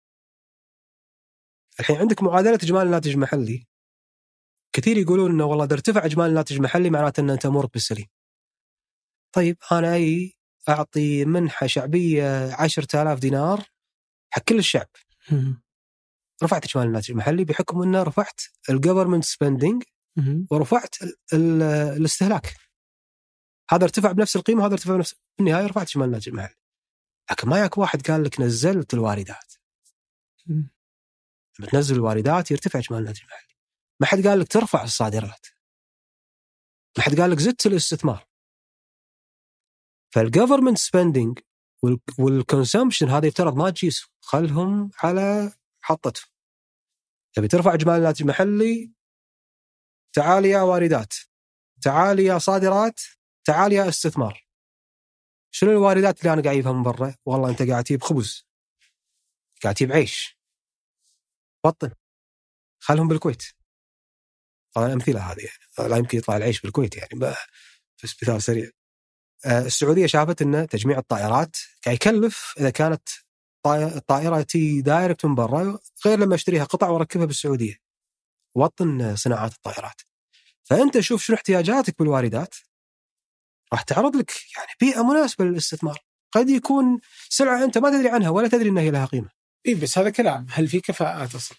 Speaker 2: الحين عندك معادلة إجمالي الناتج المحلي، كثير يقولون إنه والله إذا ارتفع إجمالي الناتج المحلي معناته أن أنت أمورك بالسليم. طيب أنا أي أعطي منحة شعبية عشرة آلاف دينار حق كل الشعب، رفعت إجمالي الناتج المحلي بحكم أنه رفعت الجوفرمنت سبندينج ورفعت الاستهلاك. هذا ارتفع بنفس القيمة وهذا ارتفع بنفس، النهاية رفعت إجمالي الناتج المحلي. لكن ما ياك واحد قال لك نزلت الواردات. لما تنزل الواردات يرتفع إجمالي الناتج المحلي. ما حد قال لك ترفع الصادرات، ما حد قال لك زدت الاستثمار. فالجوفرمنت سبندينج والكونسومشن هذا يفترض ما تجيس، خلهم على حطته. تبي ترفع إجمالي الناتج المحلي، تعال يا واردات، تعال يا صادرات، تعال يا استثمار. شنو الواردات اللي أنا قاعد أجيبها من برا؟ والله أنت قاعد تجيب خبز، قاعد تجيب عيش، بطن، خلهم بالكويت. طبعا الأمثلة هذه يعني لا يمكن يطلع العيش بالكويت يعني بس مثال سريع. السعودية شافت أن تجميع الطائرات قاعد يكلف إذا كانت الطائرة تي دايركت من برا، غير لما اشتريها قطع وركبها بالسعودية وطن صناعات الطائرات. فأنت شوف شنو احتياجاتك بالواردات، راح تعرض لك يعني بيئة مناسبة للاستثمار. قد يكون سلعة أنت ما تدري عنها ولا تدري أنها لها قيمة.
Speaker 1: إيه بس هذا كلام، هل في كفاءات أصلا؟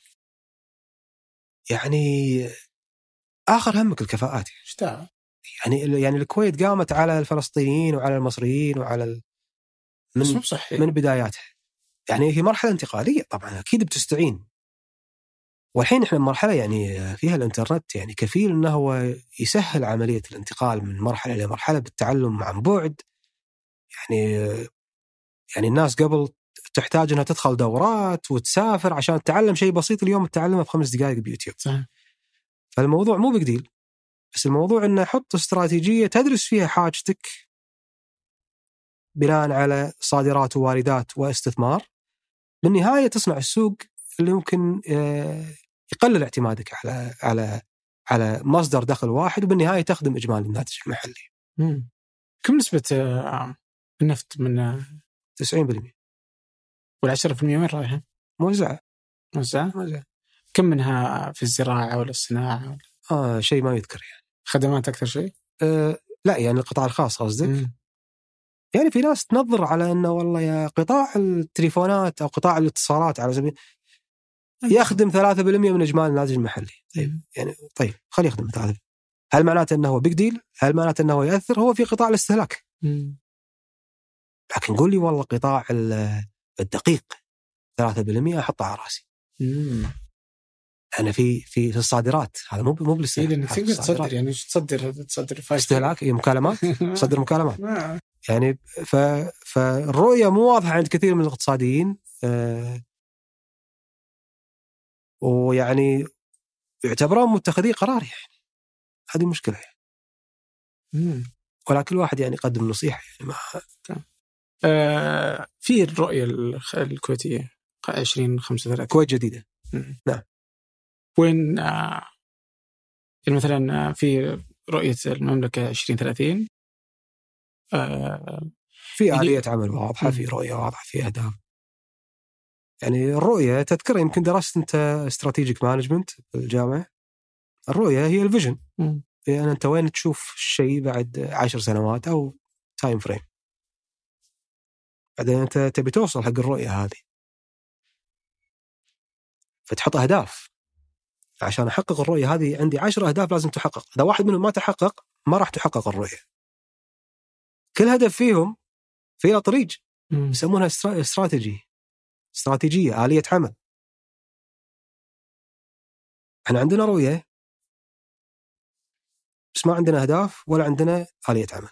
Speaker 2: يعني آخر همك الكفاءات
Speaker 1: يعني.
Speaker 2: يعني يعني الكويت قامت على الفلسطينيين وعلى المصريين وعلى ال... من من بداياتها. يعني هي مرحلة انتقالية طبعا، أكيد بتستعين. والحين إحنا مرحلة يعني فيها الإنترنت، يعني كفيل أنه هو يسهل عملية الانتقال من مرحلة إلى مرحلة بالتعلم عن بعد. يعني يعني الناس قبل تحتاج أنها تدخل دورات وتسافر عشان تتعلم شيء بسيط، اليوم تتعلمه بخمس دقائق بيوتيوب. صح. فالموضوع مو بجديل، بس الموضوع أنه حط استراتيجية تدرس فيها حاجتك بناء على صادرات وواردات واستثمار. بالنهاية تصنع السوق اللي ممكن يقلل اعتمادك على على على مصدر دخل واحد وبالنهاية تخدم إجمالي الناتج المحلي.
Speaker 1: مم. كم نسبة النفط من
Speaker 2: تسعين بالمئة
Speaker 1: والعشرة في المئة وين رايحة؟
Speaker 2: موزعة
Speaker 1: موزعة؟
Speaker 2: موزعة.
Speaker 1: كم منها في الزراعة ولا الصناعة ولا؟
Speaker 2: آه شيء ما يذكر يعني.
Speaker 1: خدمات أكثر شيء؟
Speaker 2: آه لا يعني القطاع الخاص قصدك؟
Speaker 1: مم.
Speaker 2: يعني في ناس تنظر على أنه والله يا قطاع التليفونات أو قطاع الاتصالات على سبيل يخدم ثلاثة بالمئة من إجمالي الناتج المحلي. طيب يعني طيب خلي يخدم ثلاثة. هل معناته أنه هو بيج ديل؟ هل معناته أنه هو يأثر؟ هو في قطاع الاستهلاك.
Speaker 1: مم.
Speaker 2: لكن قول لي والله قطاع الدقيق ثلاثة بالمئة أحطه على رأسي.
Speaker 1: مم.
Speaker 2: أنا في في في الصادرات هذا مو مو بالاستهلاك.
Speaker 1: إيه لأنك تقدر تصدر يعني تصدر تصدر
Speaker 2: استهلاك مكالمات تصدر مكالمات يعني ف فالرؤية مو واضحة عند كثير من الاقتصاديين أه ويعني يعتبرون متخذي قرار يعني هذه مشكلة يعني.
Speaker 1: مم.
Speaker 2: ولا كل واحد يعني يقدم نصيحة يعني ما
Speaker 1: آه في الرؤية الكويتية عشرين خمسة وثلاثين
Speaker 2: كويت جديدة.
Speaker 1: مم.
Speaker 2: نعم.
Speaker 1: وين آه مثلا في رؤية المملكة عشرين ثلاثين آه
Speaker 2: في آلية عمل واضحة، في رؤية واضحة، في أهداف. يعني الرؤية تذكر يمكن درست أنت استراتيجيك مانجمنت في الجامعة. الرؤية هي الفيجن، يعني أنت وين تشوف الشيء بعد عشر سنوات أو تايم فريم، بعدين أنت تبي توصل حق الرؤية هذه فتحط أهداف. عشان أحقق الرؤية هذه عندي عشر أهداف لازم تحقق، إذا واحد منهم ما تحقق ما راح تحقق الرؤية. كل هدف فيهم فيها طريق يسمونها استراتيجي استراتيجية آلية عمل. احنا عندنا رؤية بس ما عندنا أهداف ولا عندنا آلية عمل،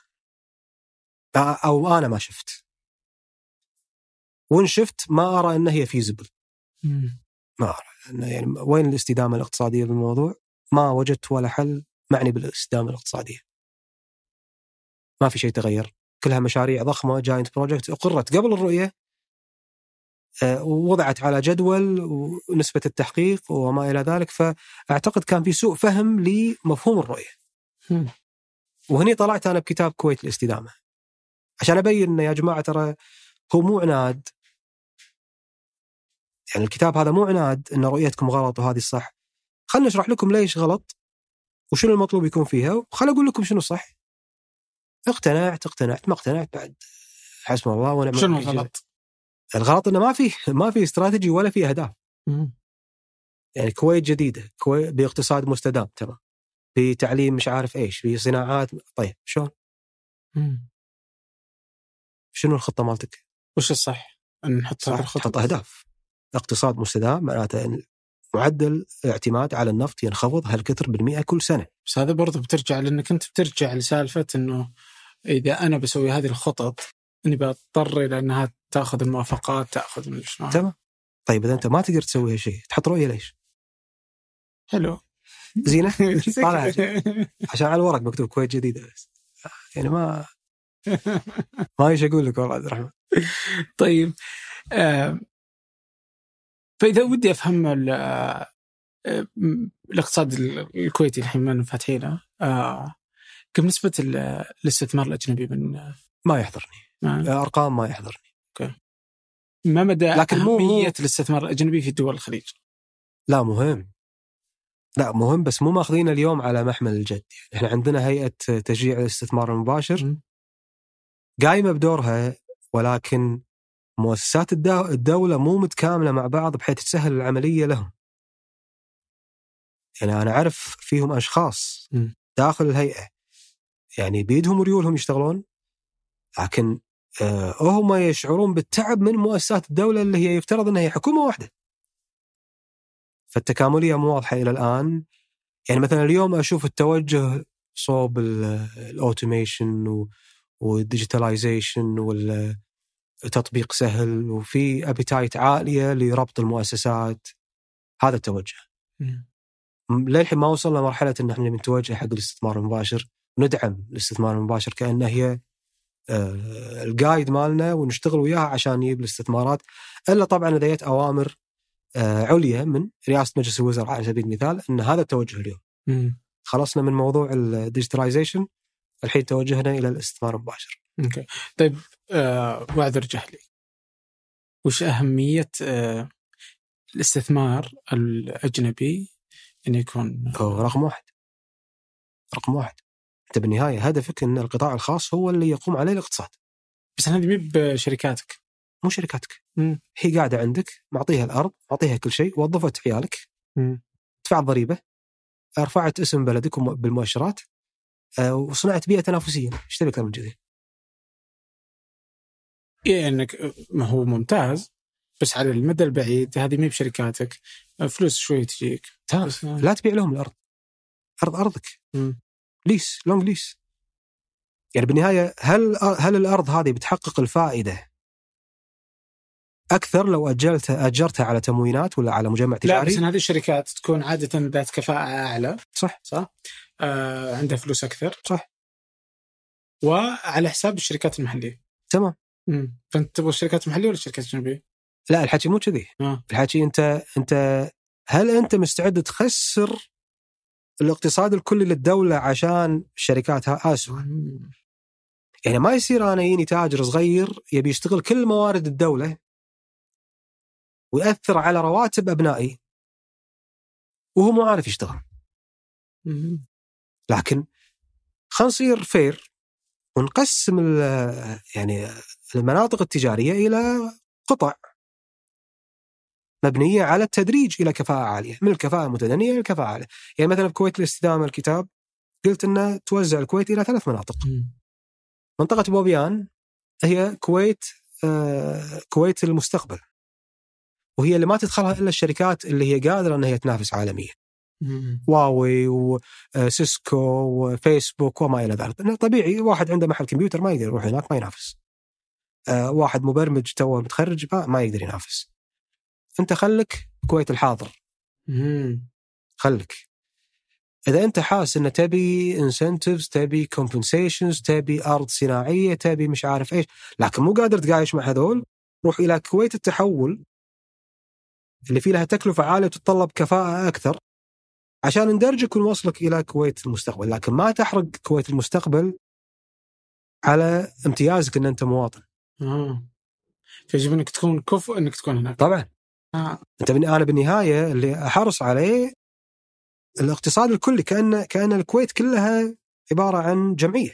Speaker 2: أو أنا ما شفت، وإن شفت ما أرى أنها هي فيزبل. ما أرى أنه يعني وين الاستدامة الاقتصادية بالموضوع. ما وجدت ولا حل معني بالاستدامة الاقتصادية. ما في شيء تغير، كلها مشاريع ضخمة جاينت بروجكت أقرت قبل الرؤية ووضعت على جدول ونسبة التحقيق وما إلى ذلك. فأعتقد كان في سوء فهم لمفهوم الرؤية. وهني طلعت أنا بكتاب كويت الاستدامة عشان أبين يا جماعة ترى هو مو عناد، يعني الكتاب هذا مو عناد إن رؤيتكم غلط وهذه الصح. خلنا نشرح لكم ليش غلط وشنو المطلوب يكون فيها، وخلنا أقول لكم شنو صح. اقتنعت اقتنعت ما اقتنعت بعد حسب الله ونعم
Speaker 1: الوكيل. شنو الغلط؟
Speaker 2: الغلط إنه ما في ما في استراتيجي ولا في أهداف.
Speaker 1: مم.
Speaker 2: يعني كويت جديدة، كويت باقتصاد مستدام ترى، في تعليم مش عارف إيش، في صناعات. طيب شلون؟ شنو الخطة مالتك؟
Speaker 1: وش الصح؟ أن نحط هذه الخطة.
Speaker 2: تحط أهداف. اقتصاد مستدام معناته أن معدل اعتماد على النفط ينخفض هالكثر بالمئة كل سنة.
Speaker 1: بس هذا برضه بترجع لأنك أنت بترجع لسالفة إنه إذا أنا بسوي هذه الخطط إني بضطر إلى أنها تأخذ الموافقات تأخذ من شنو.
Speaker 2: تمام. طيب إذا أنت ما تقدر تسوي هالشيء تحط رؤية ليش؟
Speaker 1: حلو.
Speaker 2: زينة. طالع عشان على الورق مكتوب كويت جديدة بس يعني ما ما إيش أقول لك والله عبد الرحمن.
Speaker 1: طيب آه فإذا ودي أفهم آه الاقتصاد الكويتي الحين ما فاتحينه آه كم نسبة الاستثمار الأجنبي من آه
Speaker 2: ما يحضرني
Speaker 1: ما.
Speaker 2: أرقام ما يحضرني.
Speaker 1: أوكي. ما مدى
Speaker 2: لكن
Speaker 1: أهمية مو الاستثمار الأجنبي في دول الخليج؟
Speaker 2: لا مهم، لا مهم بس مو ماخذين اليوم على محمل الجد. يعني احنا عندنا هيئة تشجيع الاستثمار المباشر قايمة بدورها، ولكن مؤسسات الدولة مو متكاملة مع بعض بحيث تسهل العملية لهم. يعني أنا أعرف فيهم أشخاص
Speaker 1: م.
Speaker 2: داخل الهيئة يعني بيدهم وريولهم يشتغلون، لكن آه هم يشعرون بالتعب من مؤسسات الدولة اللي هي يفترض أنها هي حكومة واحدة. فالتكاملية مو واضحة إلى الآن. يعني مثلا اليوم أشوف التوجه صوب الأوتوميشن والديجيتاليزيشن والتطبيق سهل وفي أبيتايت عالية لربط المؤسسات. هذا التوجه. للحين ما وصلنا مرحلة أن احنا نتوجه حق الاستثمار المباشر وندعم الاستثمار المباشر كأنه هي آه القايد مالنا ونشتغل وياها عشان نجيب الاستثمارات، إلا طبعا إذا جت أوامر آه عليا من رئاسة مجلس الوزراء على سبيل المثال أن هذا التوجه اليوم.
Speaker 1: مم.
Speaker 2: خلصنا من موضوع الديجيتاليزيشن، الحين توجهنا إلى الاستثمار المباشر.
Speaker 1: أوكي. طيب آه واعذر جهلي، وش أهمية آه الاستثمار الأجنبي أن يكون
Speaker 2: رقم واحد؟ رقم واحد أنت بالنهاية هدفك أن القطاع الخاص هو اللي يقوم عليه الاقتصاد.
Speaker 1: بس هذه مي بشركاتك.
Speaker 2: مو شركاتك.
Speaker 1: م.
Speaker 2: هي قاعدة عندك، معطيها الأرض، معطيها كل شيء، وظفت عيالك،
Speaker 1: م.
Speaker 2: دفعت ضريبة، رفعت اسم بلدك بالمؤشرات، أه وصنعت بيئة تنافسية. ايش تبي أكثر من كذا؟
Speaker 1: إيه إنك ما هو ممتاز، بس على المدى البعيد هذه مي بشركاتك، فلوس شوي تجيك.
Speaker 2: لا تبيع لهم الأرض، أرض أرضك.
Speaker 1: م.
Speaker 2: ليس لونج ليس. يعني بالنهاية هل هل الأرض هذه بتحقق الفائدة أكثر لو أجلتها أجرتها على تموينات ولا على مجمع تجاري؟
Speaker 1: لا، بس هذه الشركات تكون عادة ذات كفاءة أعلى.
Speaker 2: صح
Speaker 1: صح. آه عندها فلوس أكثر.
Speaker 2: صح.
Speaker 1: وعلى حساب الشركات المحلية.
Speaker 2: تمام.
Speaker 1: امم فأنت تبغى الشركات المحلية ولا الشركات الأجنبية؟
Speaker 2: لا، الحكي مو كذي.
Speaker 1: آه.
Speaker 2: الحكي أنت أنت هل أنت مستعد تخسر الاقتصاد الكلي للدولة عشان شركاتها أسوأ؟ يعني ما يصير أنا يجيني تاجر صغير يبي يشتغل كل موارد الدولة ويأثر على رواتب أبنائي وهو مو عارف يشتغل.
Speaker 1: مم.
Speaker 2: لكن خلينا نصير فير ونقسم يعني المناطق التجارية إلى قطع مبنية على التدريج إلى كفاءة عالية، من الكفاءة المتدنية إلى الكفاءة عالية. يعني مثلا بكويت الاستدامة الكتاب قلت أنه توزع الكويت إلى ثلاث مناطق.
Speaker 1: مم.
Speaker 2: منطقة بوبيان هي كويت آه كويت المستقبل، وهي اللي ما تدخلها إلا الشركات اللي هي قادرة أنها تنافس عالميا.
Speaker 1: مم.
Speaker 2: واوي وسيسكو وفيسبوك وما إلى ذلك. طبيعي واحد عنده محل كمبيوتر ما يقدر يروح هناك ما ينافس. آه واحد مبرمج توه متخرج ما يقدر ينافس. أنت خلك كويت الحاضر.
Speaker 1: مم.
Speaker 2: خلك إذا أنت حاس أن تبي incentives، تبي compensations، تبي أرض صناعية، تبي مش عارف إيش، لكن مو قادر تقايش مع هذول، روح إلى كويت التحول اللي فيه لها تكلفة عالية وتتطلب كفاءة أكثر عشان ندرجك ونوصلك إلى كويت المستقبل. لكن ما تحرق كويت المستقبل على امتيازك أن أنت مواطن.
Speaker 1: آه. فيجب أنك تكون كفء أنك تكون هناك.
Speaker 2: طبعا.
Speaker 1: آه.
Speaker 2: أنت بني أنا بالنهاية اللي أحرص عليه الاقتصاد الكلي، كأن كأن الكويت كلها عبارة عن جمعية.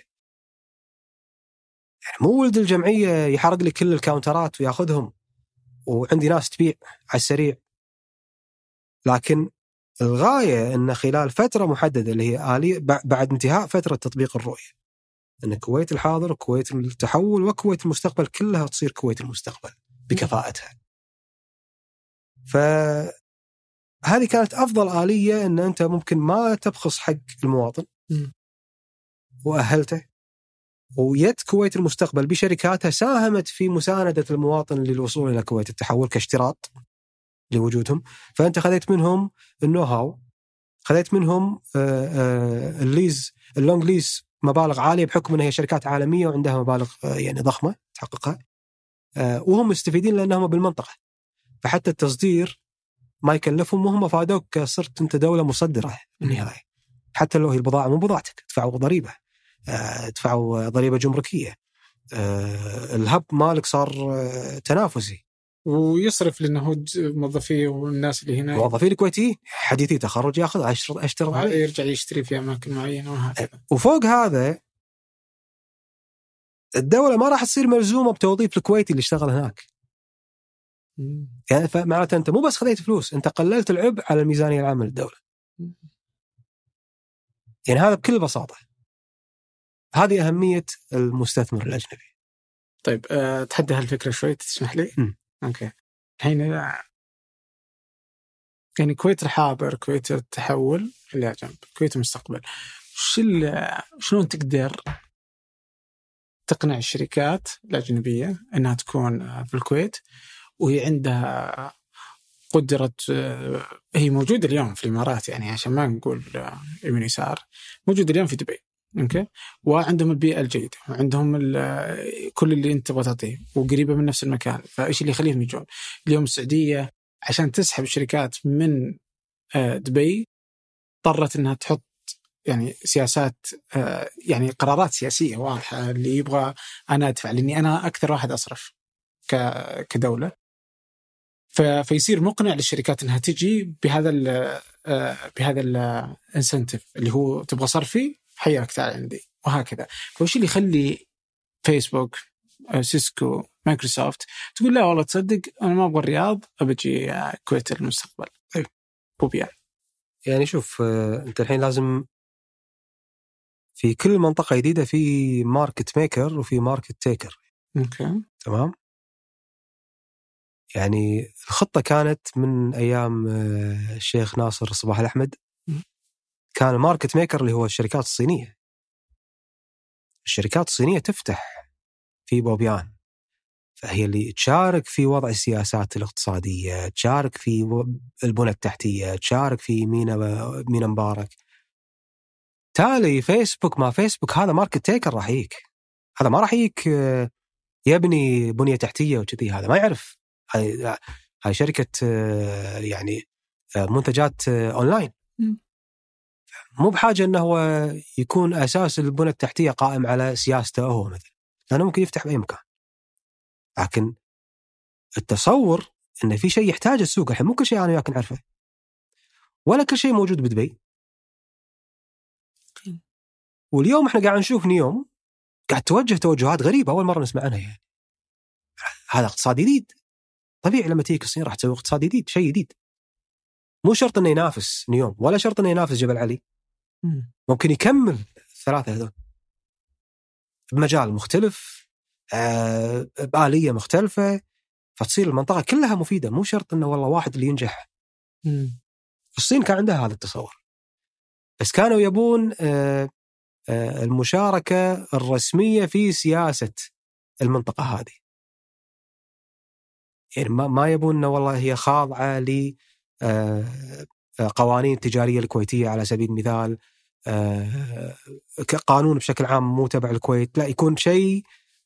Speaker 2: يعني مو ولد الجمعية يحرق لي كل الكاونترات وياخذهم وعندي ناس تبيع على السريع. لكن الغاية أن خلال فترة محددة اللي هي آلية بعد انتهاء فترة تطبيق الرؤية، أن كويت الحاضر وكويت التحول وكويت المستقبل كلها تصير كويت المستقبل بكفاءتها. فهذه كانت أفضل آلية، أن أنت ممكن ما تبخص حق المواطن وأهلته، ويد كويت المستقبل بشركاتها ساهمت في مساندة المواطن للوصول إلى كويت التحول كاشتراط لوجودهم. فأنت خذيت منهم النو هاو، خذيت منهم الليز اللونج ليز مبالغ عالية بحكم أنها هي شركات عالمية وعندها مبالغ يعني ضخمة تحققها، وهم مستفيدين لأنهم بالمنطقة، فحتى التصدير ما يكلفهم وهم فادوك، صرت أنت دولة مصدرة بالنهاية. حتى لو هي البضاعة مو بضاعتك تدفعوا ضريبة، تدفعوا ضريبة جمركية، الهب مالك صار تنافسي
Speaker 1: ويصرف لأنه موظفيه والناس اللي هنا
Speaker 2: موظفين الكويتي حديثي تخرج ياخذ أشتر أشتر عليه،
Speaker 1: يرجع يشتري في أماكن معينة وهكذا.
Speaker 2: وفوق هذا الدولة ما راح تصير ملزومة بتوظيف الكويتي اللي اشتغل هناك.
Speaker 1: مم.
Speaker 2: يعني فمعناته أنت مو بس خذيت فلوس، أنت قللت العبء على الميزانية العامة للدولة. يعني هذا بكل بساطة هذه أهمية المستثمر الأجنبي.
Speaker 1: طيب أه تحدى هالفكرة شوي تسمح لي؟
Speaker 2: م.
Speaker 1: أوكي. الحين يعني كويت الحاضر، كويت التحول اللي جنب، كويت المستقبل، شلون تقدر تقنع الشركات الأجنبية أنها تكون في الكويت وهي عندها قدرة، هي موجودة اليوم في الإمارات، يعني عشان ما نقول يمين يسار، موجودة اليوم في دبي، أوكي، وعندهم البيئة الجيدة وعندهم كل اللي أنت تبغى تعطيه وقريبة من نفس المكان. فإيش اللي يخليهم يجون اليوم؟ السعودية عشان تسحب الشركات من دبي اضطرت أنها تحط يعني سياسات يعني قرارات سياسية واضحة اللي يبغى أنا أدفع لأني أنا أكثر واحد أصرف كدولة، فيصير مقنع للشركات أنها تجي بهذا ال بهذا الانسنتيف اللي هو تبغى صرفي حياك تعال عندي وهكذا. فوش اللي يخلي فيسبوك سيسكو مايكروسوفت تقول لا والله تصدق أنا ما أبغى الرياض أبجي كويت المستقبل؟ طيب
Speaker 2: يعني شوف أنت الحين لازم في كل منطقة جديدة في ماركت ميكر وفي ماركت تيكر.
Speaker 1: أوكي.
Speaker 2: تمام. يعني الخطة كانت من أيام الشيخ ناصر صباح الأحمد، كان الماركت ميكر اللي هو الشركات الصينية. الشركات الصينية تفتح في بوبيان، فهي اللي تشارك في وضع السياسات الاقتصادية، تشارك في البنى التحتية، تشارك في مينا مينا مبارك. تالي فيسبوك ما فيسبوك هذا ماركت تيكر راح يجيك، هذا ما راح يجيك يبني بنية تحتية وكذي، هذا ما يعرف. هاي هاي شركة يعني منتجات أونلاين، مو بحاجة أنه هو يكون أساس البنى التحتية قائم على سياسته هو مثلا، لأنه ممكن يفتح بأي مكان. لكن التصور أن في شيء يحتاج السوق، الحين مو كل شيء أنا وياك نعرفه، ولا كل شيء موجود بدبي. واليوم احنا قاعد نشوف نيوم قاعد توجه توجهات غريبة أول مرة نسمع عنها. يعني هذا اقتصاد جديد، طبيعي لما تيجي الصين راح تسوي اقتصاد جديد، شيء جديد. مو شرط انه ينافس نيوم ولا شرط انه ينافس جبل علي، ممكن يكمل الثلاثة هذول بمجال مختلف، آه بآلية مختلفة، فتصير المنطقة كلها مفيدة. مو شرط انه والله واحد اللي ينجح.
Speaker 1: مم.
Speaker 2: الصين كان عندها هذا التصور، بس كانوا يبون آه آه المشاركة الرسمية في سياسة المنطقة هذه. يعني ما ما يبون انه والله هي خاضعة ل قوانين التجارية الكويتية على سبيل المثال، قانون بشكل عام مو تبع الكويت، لا يكون شيء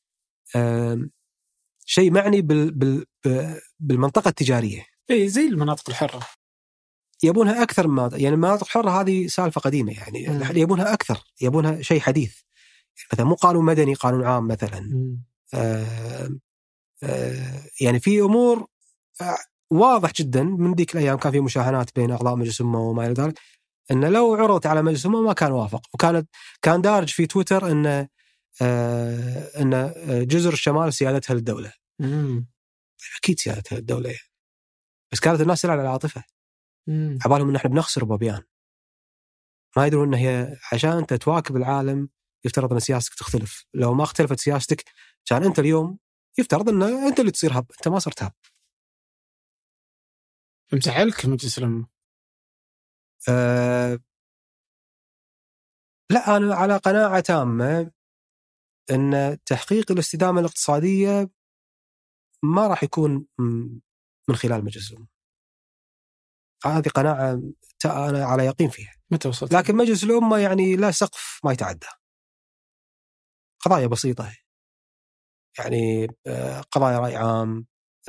Speaker 2: شيء معني بال بالمنطقة التجارية.
Speaker 1: إيه زي المناطق الحرة
Speaker 2: يبونها أكثر من يعني المناطق الحرة هذه سالفة قديمة، يعني م. يبونها أكثر، يبونها شيء حديث، مثلا مو قانون مدني، قانون عام مثلا. آه آه يعني في أمور واضح جدا من ذيك الأيام كان في مشاحنات بين أعضاء مجلس الأمة وما إلى ذلك، إن لو عرضت على مجلس الأمة ما كان وافق، وكانت كان دارج في تويتر إن آه إن جزر الشمال سيادتها للدولة.
Speaker 1: مم.
Speaker 2: أكيد سيادتها للدولة يعني. بس كانت الناس تلعب على العاطفة، عبالهم إن إحنا بنخسر بوبيان، ما يدرون إن هي عشان أنت تواكب العالم يفترض أن سياستك تختلف. لو ما اختلفت سياستك كان أنت اليوم يفترض أن أنت اللي تصير هب، أنت ما صرت هب.
Speaker 1: مزعلك مجلس الأمة؟
Speaker 2: أه لا، أنا على قناعة تامة أن تحقيق الاستدامة الاقتصادية ما راح يكون من خلال مجلس الأمة. هذه قناعة أنا على يقين فيها.
Speaker 1: متى وصلت؟
Speaker 2: لكن مجلس الأمة يعني لا سقف ما يتعدى، قضايا بسيطة، يعني قضايا رأي عام،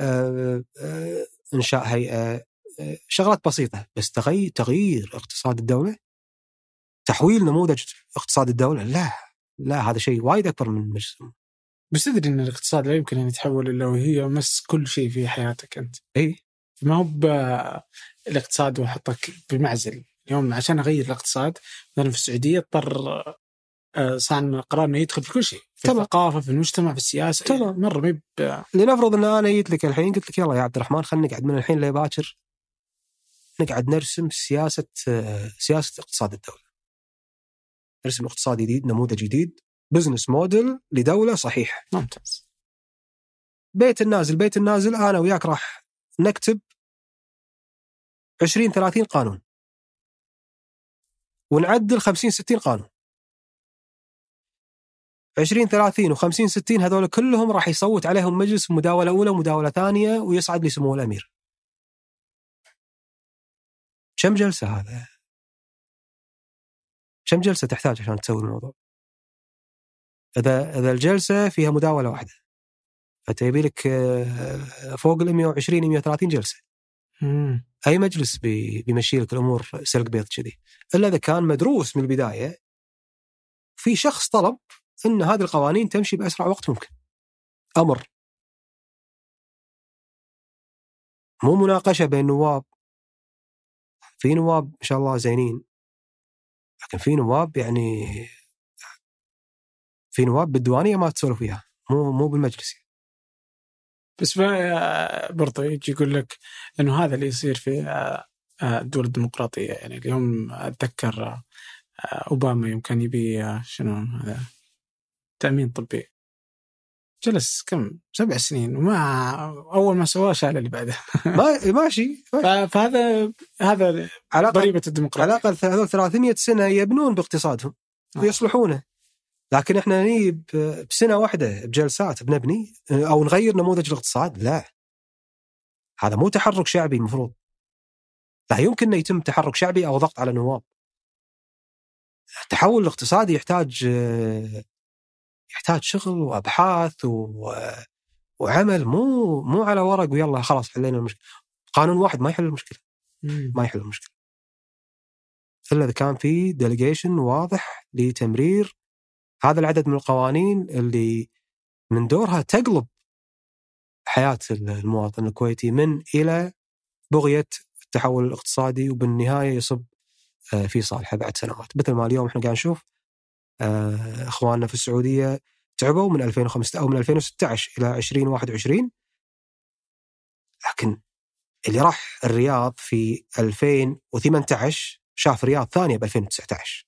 Speaker 2: إنشاء هيئة، شغلات بسيطة، بس تغيير تغيير اقتصاد الدولة، تحويل نموذج اقتصاد الدولة، لا لا هذا شيء وايد أكبر من مجلس الأمة.
Speaker 1: بس تدري إن الاقتصاد لا يمكن أن يتحول إلا وهي مس كل شيء في حياتك أنت.
Speaker 2: إيه،
Speaker 1: ما هو بالاقتصاد وحطك بمعزل. اليوم عشان أغير الاقتصاد مثلا في السعودية اضطر صار قرار إنه يدخل في كل شيء، في طبعا. الثقافة، في المجتمع، في السياسة، طبعا. مرة ميب.
Speaker 2: لنفرض أن أنا جيت لك الحين قلت لك يلا يا عبد الرحمن خلنا نقعد من الحين لباكر نقعد نرسم سياسة سياسة اقتصاد الدولة، نرسم اقتصاد جديد، نموذج جديد، بزنس موديل لدولة صحيح.
Speaker 1: ممتاز.
Speaker 2: بيت النازل بيت النازل أنا وياك راح نكتب عشرين ثلاثين قانون ونعدل خمسين ستين قانون. عشرين ثلاثين وخمسين ستين هذول كلهم راح يصوت عليهم مجلس مداولة أولى ومداولة ثانية ويصعد لسمو الأمير. كم جلسة هذا؟ كم جلسة تحتاج عشان تسوي الموضوع؟ إذا إذا الجلسة فيها مداولة واحدة فتبي لك فوق ال مئة وعشرين مئة وثلاثين جلسة.
Speaker 1: مم.
Speaker 2: أي مجلس بي بيمشي لك الأمور سلق بيض كذي، إلا إذا كان مدروس من البداية في شخص طلب إن هذه القوانين تمشي بأسرع وقت ممكن. أمر مو مناقشة بين نواب، في نواب إن شاء الله زينين، لكن في نواب يعني في نواب بالديوانية ما تسولف فيها، مو مو بالمجلس.
Speaker 1: بس برضه يجي يقول لك إنه هذا اللي يصير في الدول الديمقراطية. يعني اليوم أتذكر أوباما يوم كان يبي شنو هذا تأمين طبي، جلس كم سبع سنين وما أول ما سواه شال اللي بعده.
Speaker 2: ما ماشي.
Speaker 1: فهذا هذا ضريبة الديمقراطية.
Speaker 2: على الأقل هذول ثلاثمية سنة يبنون باقتصادهم ويصلحونه، لكن إحنا نجيب بسنة واحدة بجلسات بنبني أو نغير نموذج الاقتصاد. لا، هذا مو تحرك شعبي. المفروض لا يمكن أن يتم تحرك شعبي أو ضغط على النواب. التحول الاقتصادي يحتاج يحتاج شغل وأبحاث وعمل، مو مو على ورق ويلا خلاص حلينا المشكلة. قانون واحد ما يحل المشكلة، ما يحل المشكلة إلا إذا كان في ديليجيشن واضح لتمرير هذا العدد من القوانين اللي من دورها تقلب حياة المواطن الكويتي من إلى بغية التحول الاقتصادي، وبالنهاية يصب في صالحه بعد سنوات. مثل ما اليوم احنا قاعد نشوف اخواننا في السعودية تعبوا من ألفين وخمسة أو من ألفين وستة عشر إلى عشرين واحد وعشرين، لكن اللي راح الرياض في ألفين وثمانية عشر شاف رياض ثانية ب ألفين وتسعة عشر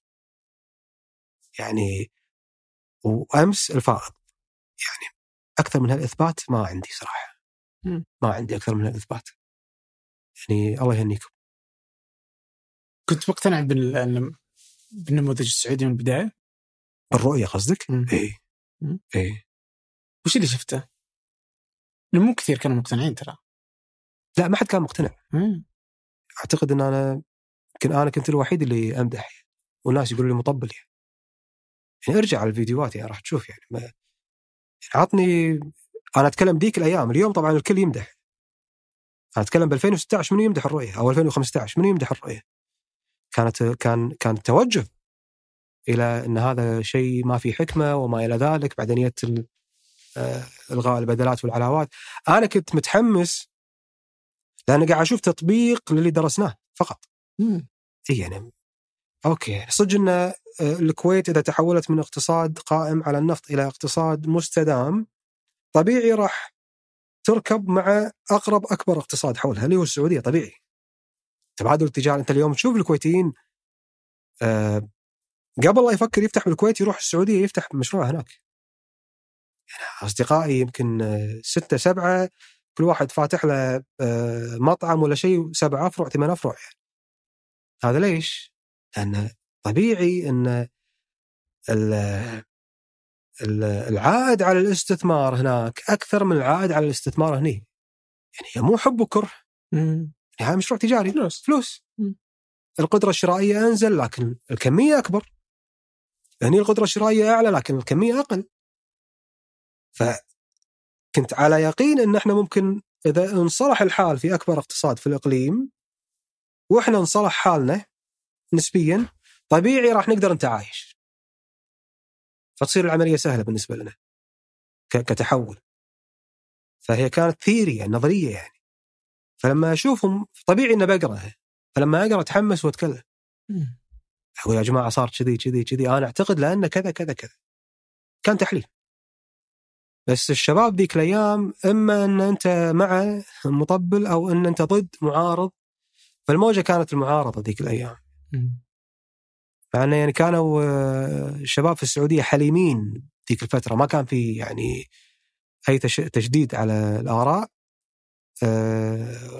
Speaker 2: يعني، وأمس الفائض. يعني أكثر من هالإثبات ما عندي صراحة، ما عندي أكثر من هالإثبات. يعني الله يهنيكم.
Speaker 1: كنت مقتنع بالنموذج السعودي من البداية؟
Speaker 2: الرؤية قصدك؟ إيه إيه.
Speaker 1: وش اللي شفته؟ مو كثير كانوا مقتنعين ترى.
Speaker 2: لا، ما حد كان مقتنع.
Speaker 1: مم.
Speaker 2: أعتقد أن أنا يمكن أنا كنت الوحيد اللي أمدح، والناس يقولوا لي مطبل. يعني, يعني ارجع على الفيديوهات يعني راح تشوف. يعني ما عطني أنا أتكلم ديك الأيام. اليوم طبعا الكل يمدح. أنا أتكلم ب ألفين وستة عشر من يمدح الرؤية، أو ألفين وخمسة عشر من يمدح الرؤية. كانت كان كان توجه إلى أن هذا شيء ما في حكمة وما إلى ذلك. بعدين يت إلغاء البدلات والعلاوات. أنا كنت متحمس لأن قاعد أشوف تطبيق للي درسناه فقط.
Speaker 1: مم.
Speaker 2: إيه يعني أوكي صدق أن الكويت إذا تحولت من اقتصاد قائم على النفط إلى اقتصاد مستدام، طبيعي راح تركب مع أقرب أكبر اقتصاد حولها اللي هو السعودية. طبيعي تبادل التجارة. أنت اليوم تشوف الكويتيين أه قبل لا يفكر يفتح بالكويت يروح السعودية يفتح مشروع هناك. يعني أصدقائي يمكن ستة سبعة كل واحد فاتح له أه مطعم ولا شيء، سبعة أفرع ثمان أفرع. يعني هذا ليش؟ لأن طبيعي أن العائد على الاستثمار هناك أكثر من العائد على الاستثمار هني. يعني هي مو حب وكره، يعني مشروع تجاري.
Speaker 1: فلوس,
Speaker 2: فلوس. القدرة الشرائية أنزل لكن الكمية أكبر. هني القدرة الشرائية أعلى لكن الكمية أقل. فكنت على يقين أن احنا ممكن إذا انصلح الحال في أكبر اقتصاد في الإقليم وإحنا نصلح حالنا نسبيا، طبيعي راح نقدر نتعايش، فتصير العملية سهلة بالنسبة لنا كتحول. فهي كانت ثيرية نظرية يعني. فلما أشوفهم طبيعي إنه بقرأها، فلما أقرأ أتحمس وأتكلم. هو يا جماعة صار كذي كذي كذي، أنا أعتقد لأنه كذا كذا كذا. كان تحليل. بس الشباب ذيك الأيام إما أن أنت مع مطبل أو أن أنت ضد معارض. فالموجة كانت المعارضة ذيك الأيام. فأنا يعني كانوا الشباب في السعودية حليمين ذيك الفترة، ما كان في يعني أي تشديد على الآراء. أه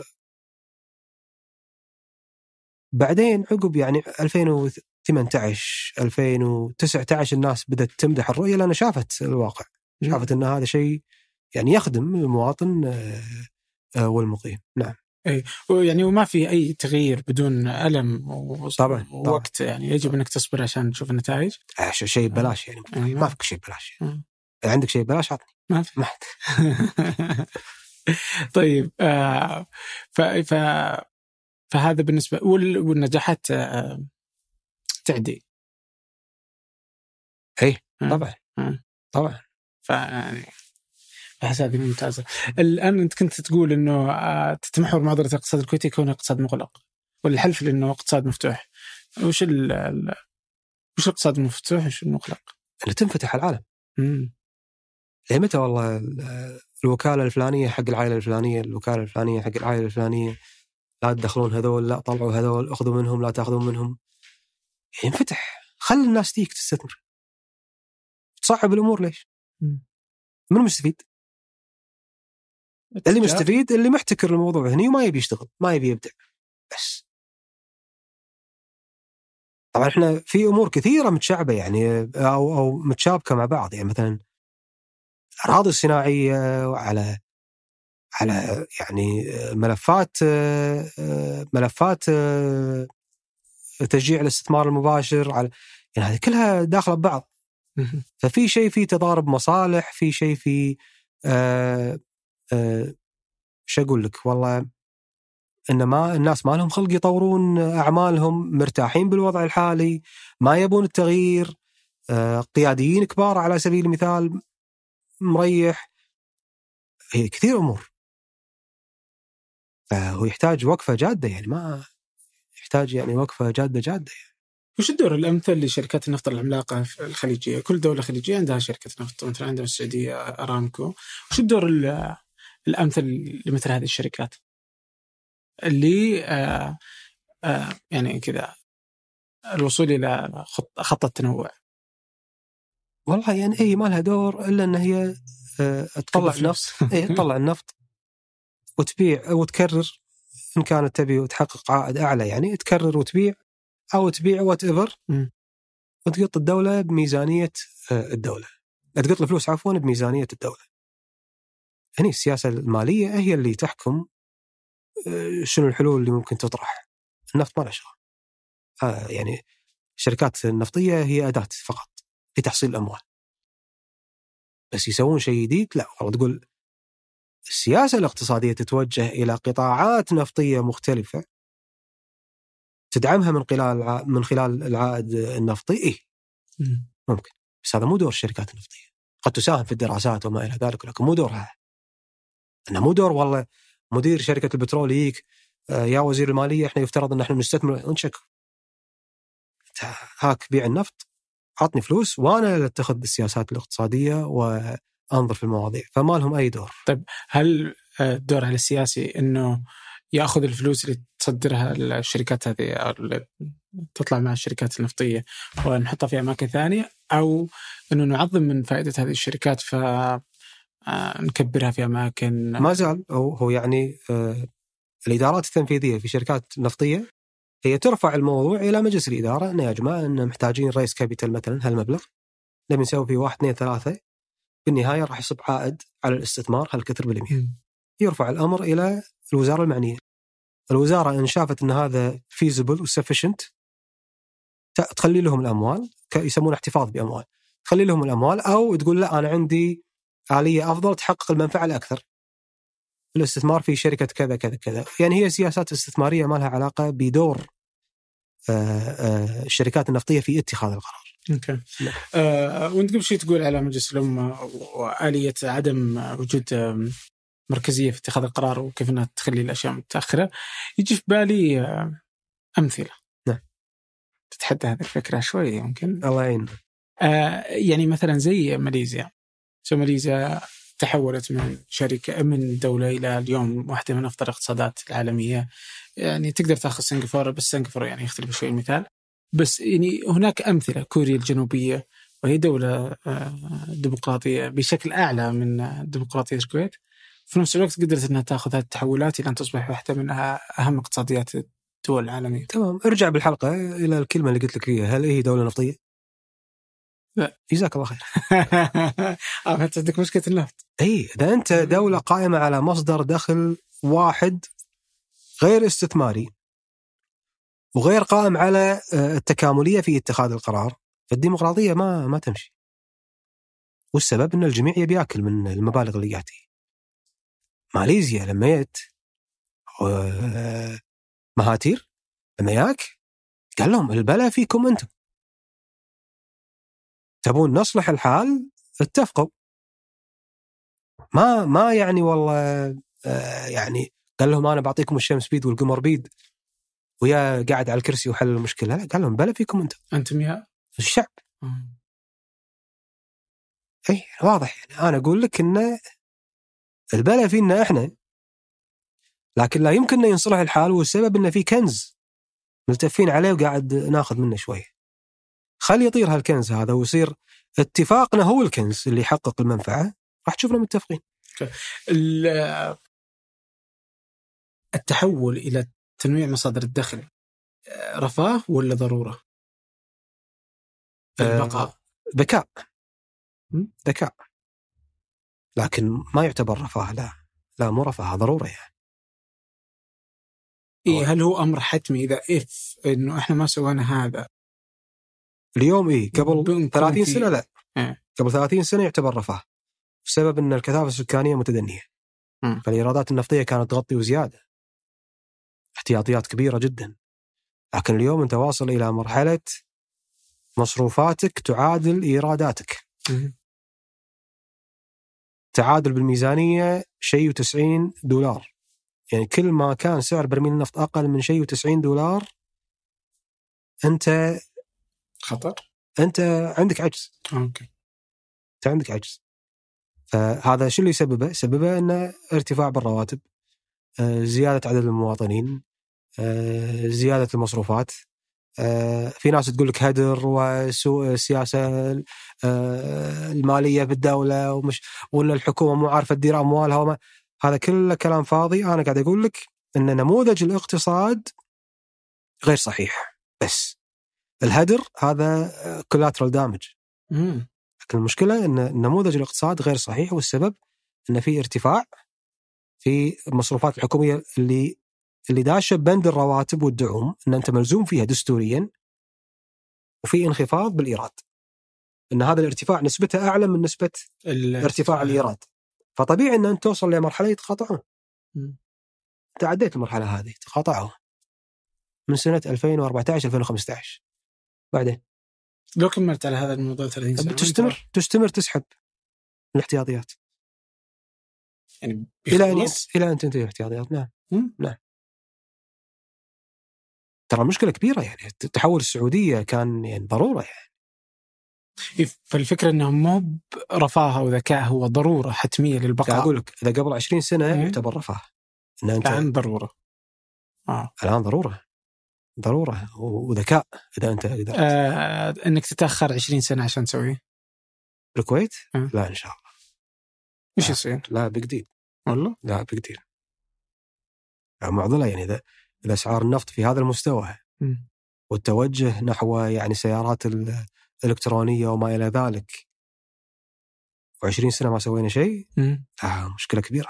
Speaker 2: بعدين عقب يعني ألفين وثمانية عشر ألفين وتسعة عشر الناس بدأت تمدح الرؤية لأن شافت الواقع، شافت أن هذا شيء يعني يخدم المواطن أه والمقيم. نعم.
Speaker 1: أي يعني وما في أي تغيير بدون ألم ووقت. يعني يجب أنك تصبر عشان تشوف النتائج.
Speaker 2: شيء ببلاش يعني. ما فيك شيء ببلاش. يعني. عندك شيء ببلاش عطني.
Speaker 1: ما في.
Speaker 2: ما
Speaker 1: طيب آه ف ف فهذا بالنسبة والنجاحات آه تعدي.
Speaker 2: ايه طبعا
Speaker 1: آه.
Speaker 2: طبعا.
Speaker 1: فيعني بحس هذه ممتازة. الآن أنت كنت تقول إنه آه تتمحور معضلة الاقتصاد الكويتي كونه اقتصاد مغلق، والحل في إنه اقتصاد مفتوح. وش ال ال وش الاقتصاد المفتوح وش المغلق؟
Speaker 2: اللي تنفتح العالم.
Speaker 1: امم
Speaker 2: ليه متى والله الوكالة الفلانية حق العائلة الفلانية، الوكالة الفلانية حق العائلة الفلانية، لا تدخلون هذول، لا طلعوا هذول، أخذوا منهم لا تأخذون منهم. ينفتح، خلي الناس تيك تستثمر. تصعب الأمور ليش؟ من مستفيد؟ اللي مستفيد اللي محتكر الموضوع هني وما يبي يشتغل، ما يبي يبدع بس. طبعا احنا في أمور كثيرة متشعبة يعني أو أو متشابكة مع بعض، يعني مثلا الأراضي الصناعية وعلى على يعني ملفات ملفات تشجيع الاستثمار المباشر، على يعني هذه كلها داخلة ببعض. ففي شيء في تضارب مصالح، في شيء في آه آه شو أقول لك والله، إن ما الناس ما لهم خلق يطورون أعمالهم، مرتاحين بالوضع الحالي، ما يبون التغيير. آه قياديين كبار على سبيل المثال مريح. هي كثير أمور، فهو يحتاج وقفة جادة، يعني ما يحتاج يعني وقفة جادة جادة يعني.
Speaker 1: وش الدور الأمثل لشركات النفط العملاقة الخليجية؟ كل دولة خليجية عندها شركة نفط، مثلا عندنا السعودية أرامكو. وش الدور الأمثل لمثل هذه الشركات اللي آه آه يعني كذا الوصول إلى خط خط التنوع؟
Speaker 2: والله يعني هي ما لها دور إلا أن هي آه تطلع النفط إيه تطلع النفط وتبيع وتكرر، إن كانت تبي وتحقق عائد أعلى يعني تكرر وتبيع، أو تبيع واتيفر وتقط الدولة بميزانية آه الدولة، تقط الفلوس عفوا بميزانية الدولة. هني السياسة المالية هي اللي تحكم آه شنو الحلول اللي ممكن تطرح. النفط ما له شغل. آه يعني الشركات النفطية هي أداة فقط لتحصيل الأموال، بس يسوون شيء جديد لا والله. تقول السياسة الاقتصادية تتوجه إلى قطاعات نفطية مختلفة تدعمها من خلال من خلال العائد النفطي، إيه ممكن، بس هذا مو دور الشركات النفطية. قد تساهم في الدراسات وما إلى ذلك، لكن مو دورها. أنه مو دور والله مدير شركة البترول يجيك يا وزير المالية إحنا يفترض أن إحنا نستثمر ونشك هاك بيع النفط، عطني فلوس وأنا أتخذ السياسات الاقتصادية وأنظر في المواضيع. فما لهم أي دور.
Speaker 1: طيب هل الدور على السياسي إنه يأخذ الفلوس اللي تصدرها الشركات هذه أو تطلع مع الشركات النفطية ونحطها في أماكن ثانية، أو إنه نعظم من فائدة هذه الشركات فنكبرها في أماكن؟
Speaker 2: ما زال هو هو يعني آه الإدارات التنفيذية في شركات نفطية هي ترفع الموضوع إلى مجلس الإدارة، إن يا جماعة إن محتاجين رئيس كابيتال مثلا هالمبلغ، نبي نسوي فيه واحد اثنين ثلاثة، بالنهاية راح يصب عائد على الاستثمار هالكثر بالمئة. يرفع الأمر إلى الوزارة المعنية. الوزارة إن شافت أن هذا feasible وسفشنت تخلي لهم الأموال، يسمون احتفاظ بأموال، تخلي لهم الأموال، أو تقول لا أنا عندي آلية أفضل تحقق المنفعة الأكثر، الاستثمار في شركة كذا كذا كذا. يعني هي سياسات استثمارية ما لها علاقة بدور الشركات النفطية في اتخاذ القرار.
Speaker 1: اوكي. آه، وانت قبل شيء تقول على مجلس الأمة وآلية عدم وجود مركزية في اتخاذ القرار وكيف انها تخلي الأشياء متأخرة، يجي في بالي أمثلة.
Speaker 2: نعم.
Speaker 1: تتحدى هذه الفكرة شوي يمكن.
Speaker 2: الله يعين.
Speaker 1: آه، يعني مثلا زي ماليزيا. سو ماليزيا تحولت من شركة من دولة إلى اليوم واحدة من أفضل الاقتصادات العالمية. يعني تقدر تأخذ سنغافورة، بس سنغافورة يعني يختلف شوي المثال. بس يعني هناك أمثلة، كوريا الجنوبية وهي دولة ديمقراطية بشكل أعلى من ديمقراطية الكويت، في نفس الوقت قدرت أنها تأخذ هذه التحولات إلى أن تصبح واحدة من أهم اقتصاديات الدول العالمية.
Speaker 2: تمام. ارجع بالحلقة إلى الكلمة اللي قلت لك فيها، هل هي دولة نفطية؟
Speaker 1: لا.
Speaker 2: جزاك الله خير.
Speaker 1: آه أنت عندك مشكلة النفط.
Speaker 2: أي إذا أنت دولة قائمة على مصدر دخل واحد غير استثماري وغير قائم على التكاملية في اتخاذ القرار، فالديمقراطية ما ما تمشي. والسبب أن الجميع يبي يأكل من المبالغ اللي يأتي. ماليزيا لما جت مهاتير لما ياك قال لهم البلا فيكم أنتم، تبون نصلح الحال اتفقوا. ما ما يعني والله آه يعني قال لهم أنا بعطيكم الشمس بيد والقمر بيد ويا قاعد على الكرسي وحل المشكلة. لا، قال لهم بلا فيكم أنتم
Speaker 1: أنتم يا
Speaker 2: الشعب. أي واضح. يعني أنا أقول لك إن البلا فينا إحنا، لكن لا يمكن أن ينصلح الحال، والسبب إنه في كنز ملتفين عليه وقاعد ناخذ منه شوية. خلي يطير هالكنز هذا ويصير اتفاقنا هو الكنز اللي يحقق المنفعة، راح تشوفنا متفقين.
Speaker 1: التحول إلى تنويع مصادر الدخل رفاه ولا ضرورة؟ البقاء
Speaker 2: آه ذكاء ذكاء لكن ما يعتبر رفاه. لا لا مو رفاه، ضرورة يعني.
Speaker 1: إيه، هل هو أمر حتمي إذا إف إنه إحنا ما سوينا هذا
Speaker 2: اليوم؟ إيه قبل ثلاثين سنة لا
Speaker 1: اه.
Speaker 2: قبل ثلاثين سنة يعتبر رفاه بسبب أن الكثافة السكانية متدنية، م. فالإيرادات النفطية كانت تغطي وزيادة، احتياطيات كبيرة جدا. لكن اليوم أنت واصل إلى مرحلة مصروفاتك تعادل إيراداتك. م. تعادل بالميزانية شيء وتسعين دولار، يعني كل ما كان سعر برميل النفط أقل من شيء وتسعين دولار أنت
Speaker 1: خطر،
Speaker 2: أنت عندك عجز.
Speaker 1: أوكي.
Speaker 2: أنت عندك عجز. فهذا شو اللي يسببه؟ سببه أن ارتفاع بالرواتب، زيادة عدد المواطنين، زيادة المصروفات. في ناس تقول لك هدر وسوء السياسة المالية بالدولة ومش وأن الحكومة مو عارفة تدير أموالها وما. هذا كله كلام فاضي. أنا قاعد أقول لك أن نموذج الاقتصاد غير صحيح، بس الهدر هذا collateral damage.
Speaker 1: مم.
Speaker 2: لكن المشكلة أن نموذج الاقتصاد غير صحيح، والسبب أن في ارتفاع في المصروفات الحكومية اللي اللي داشة بند الرواتب والدعوم أن أنت ملزوم فيها دستوريا، وفي انخفاض بالإيراد، أن هذا الارتفاع نسبته أعلى من نسبة ارتفاع الإيراد. فطبيعي أن أنت توصل لمرحلة يتقاطعون. أنت عديت المرحلة هذه، تقاطعوا من سنة ألفين وأربعة عشر ألفين وخمسة عشر. بعدين
Speaker 1: لو كملت على هذا الموضوع ثلاثين سنة
Speaker 2: تستمر تستمر تسحب الاحتياطيات
Speaker 1: يعني
Speaker 2: إلى أن إلى أن تنتهي الاحتياطيات. نعم نعم. ترى المشكلة كبيرة يعني. تحول السعودية كان يعني ضرورة يعني.
Speaker 1: فالفكرة أنه مو برفاهة وذكاء، هو ضرورة حتمية للبقاء.
Speaker 2: أقول لك إذا قبل عشرين سنة يعتبر رفاه، إن أنت
Speaker 1: الآن ضرورة.
Speaker 2: آه. الآن ضرورة ضرورة وذكاء. إذا أنت قدرت
Speaker 1: آه، أنك تتأخر عشرين سنة عشان تسويه.
Speaker 2: الكويت آه. لا إن شاء الله.
Speaker 1: إيش يصير؟
Speaker 2: لا بجديد
Speaker 1: والله
Speaker 2: لا بجديد. معضلة يعني. إذا إذا أسعار النفط في هذا المستوى م. والتوجه نحو يعني سيارات الإلكترونية وما إلى ذلك، وعشرين سنة ما سوينا شيء، آه مشكلة كبيرة.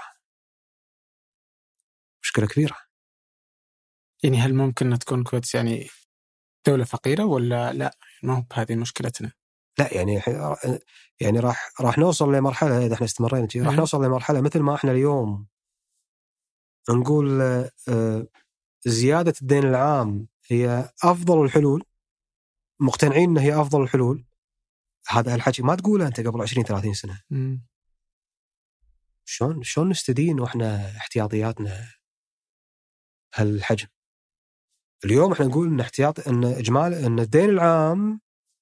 Speaker 2: مشكلة كبيرة.
Speaker 1: يعني هل ممكن أن تكون الكويت يعني دولة فقيرة ولا لا؟ ما هو بهذه مشكلتنا.
Speaker 2: لا يعني يعني راح راح نوصل لمرحلة إذا إحنا استمرينا راح نوصل لمرحلة مثل ما إحنا اليوم نقول آه زيادة الدين العام هي أفضل الحلول، مقتنعين أنها هي أفضل الحلول. هذا الحكي ما تقوله أنت قبل عشرين ثلاثين سنة. م. شلون شلون نستدين وإحنا احتياطياتنا هالحجم؟ اليوم إحنا نقول إن احتياط إن إجمال إن الدين العام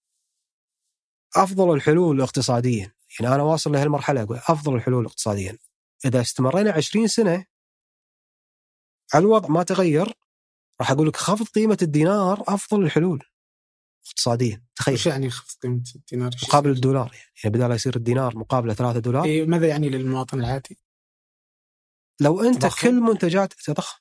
Speaker 2: أفضل الحلول اقتصاديا. يعني أنا واصل لهالمرحلة أقول أفضل الحلول اقتصاديا. إذا استمرينا عشرين سنة الوضع ما تغير، راح أقول لك خفض قيمة الدينار أفضل الحلول اقتصاديا. تخيل
Speaker 1: إيش يعني خفض قيمة الدينار
Speaker 2: مقابل الدولار؟ يعني, يعني بدل يصير الدينار مقابل ثلاثة دولار.
Speaker 1: إيه ماذا يعني للمواطن العادي؟
Speaker 2: لو أنت تضخم. كل منتجات تضخم.